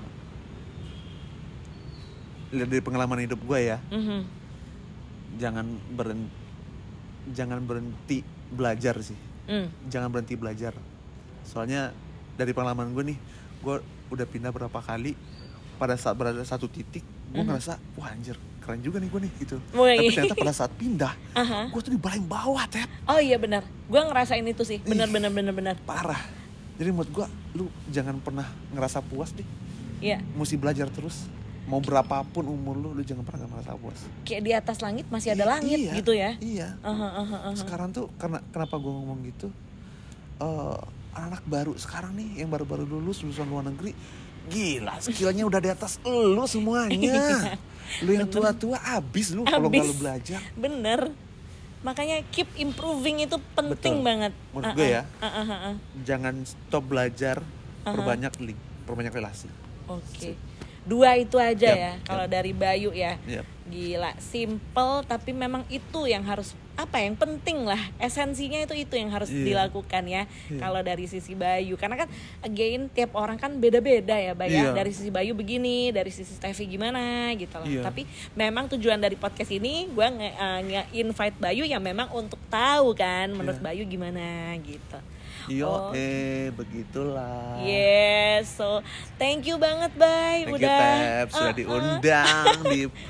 lihat dari pengalaman hidup gue ya, Mhm. jangan berhenti, jangan berhenti belajar sih. Mm. Jangan berhenti belajar. Soalnya dari pengalaman gue nih, gue udah pindah berapa kali. Pada saat berada satu titik, gue Mhm. ngerasa, wah anjir, keren juga nih gue nih gitu. Woi. Tapi ternyata pada saat pindah, Aha. gue tuh di paling bawah, Tep. Oh iya benar, gue ngerasain itu sih, benar Ih. benar benar benar. Parah. Jadi menurut gue, lu jangan pernah ngerasa puas deh. Iya, Mesti belajar terus. Mau berapapun umur lu, lu jangan pernah ngerasa puas. kayak di atas langit masih ada langit Iya, gitu ya. Iya. Aha, aha, aha. Sekarang tuh karena kenapa gue ngomong gitu? eh, anak-anak baru sekarang nih yang baru-baru lulus lulusan luar negeri, gila skillnya udah di atas lu semuanya. Lu yang tua-tua abis lu kalau nggak lu Abis. belajar. Bener. Makanya keep improving itu penting Betul. banget. Menurut gue ya. Ah, ah, ah, ah. Jangan stop belajar, Aha. perbanyak link, perbanyak relasi. Oke. Dua itu aja Yap, ya kalau yap. dari Bayu ya. Yap. Gila, simple tapi memang itu yang harus apa yang penting lah, esensinya itu itu yang harus Iya. dilakukan ya. Iya. Kalau dari sisi Bayu, karena kan again tiap orang kan beda-beda ya Bay ya. Iya. Dari sisi Bayu begini, dari sisi Steffi gimana gitu loh. Iya. Tapi memang tujuan dari podcast ini gue nge- uh, nge-invite Bayu yang memang untuk tahu kan menurut Iya. Bayu gimana gitu. Yo, Oh. eh begitulah. Yes, so thank you banget Bay Thank you, udah Tep, sudah uh, uh. diundang di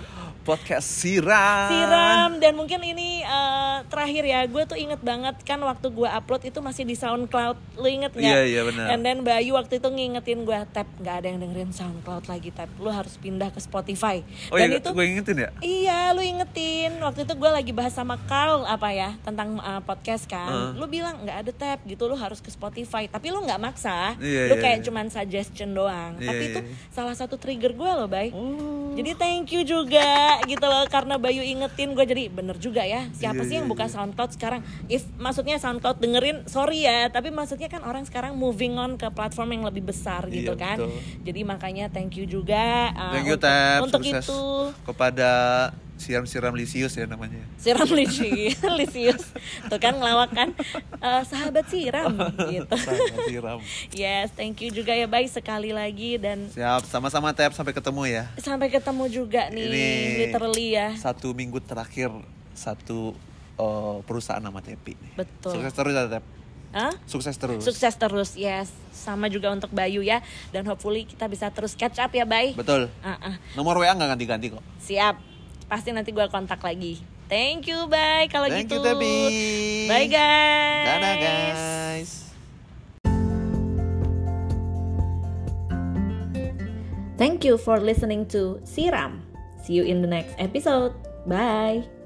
podcast Siram. Siram. Dan mungkin ini uh, terakhir ya, gue tuh inget banget kan waktu gue upload itu masih di SoundCloud, lu inget nggak? Iya iya benar. And then Bayu waktu itu ngingetin gue, Tap, nggak ada yang dengerin SoundCloud lagi, Tap, lu harus pindah ke Spotify. Oh Dan iya, itu gue ingetin ya. Iya, lu ingetin. Waktu itu gue lagi bahas sama Carl apa ya tentang uh, podcast kan. Uh. Lu bilang nggak ada Tap gitu, lu harus ke Spotify. Tapi lu nggak maksa, iya, lu iya, kayak iya. cuman suggestion doang. Iya, Tapi iya, itu iya. salah satu trigger gue loh, Bay. Oh. Jadi thank you juga gitu loh, karena Bayu ingetin gue, jadi bener juga ya. Siapa Iya, sih yang iya, buka iya. SoundCloud sekarang? If maksudnya SoundCloud dengerin, sorry ya, tapi maksudnya kan orang sekarang moving on ke platform yang lebih besar gitu Iya, kan. betul. Jadi makanya thank you juga uh, Thank you untuk, Tap, untuk sukses itu. kepada siram-siram Lisius ya namanya. Siram Lisius, Lisius. Tuh kan ngelawak kan, uh, sahabat siram gitu. Sahabat siram. Yes, thank you juga ya Bay sekali lagi, dan Siap, sama-sama Tap, sampai ketemu ya. sampai ketemu juga nih, Ini literally ya. Satu minggu terakhir satu uh, perusahaan nama Tepi. Betul. Sukses terus ya Tap. Hah? Sukses terus. Sukses terus, yes. Sama juga untuk Bayu ya. Dan hopefully kita bisa terus catch up ya, Bay. Betul. Uh-uh. Nomor W A nggak ganti-ganti kok. Siap. Pasti nanti gue kontak lagi. Thank you, Bay. Kalau Thank gitu. you Tepi. Bye, guys. Dadah guys. Thank you for listening to Siram. See you in the next episode. Bye.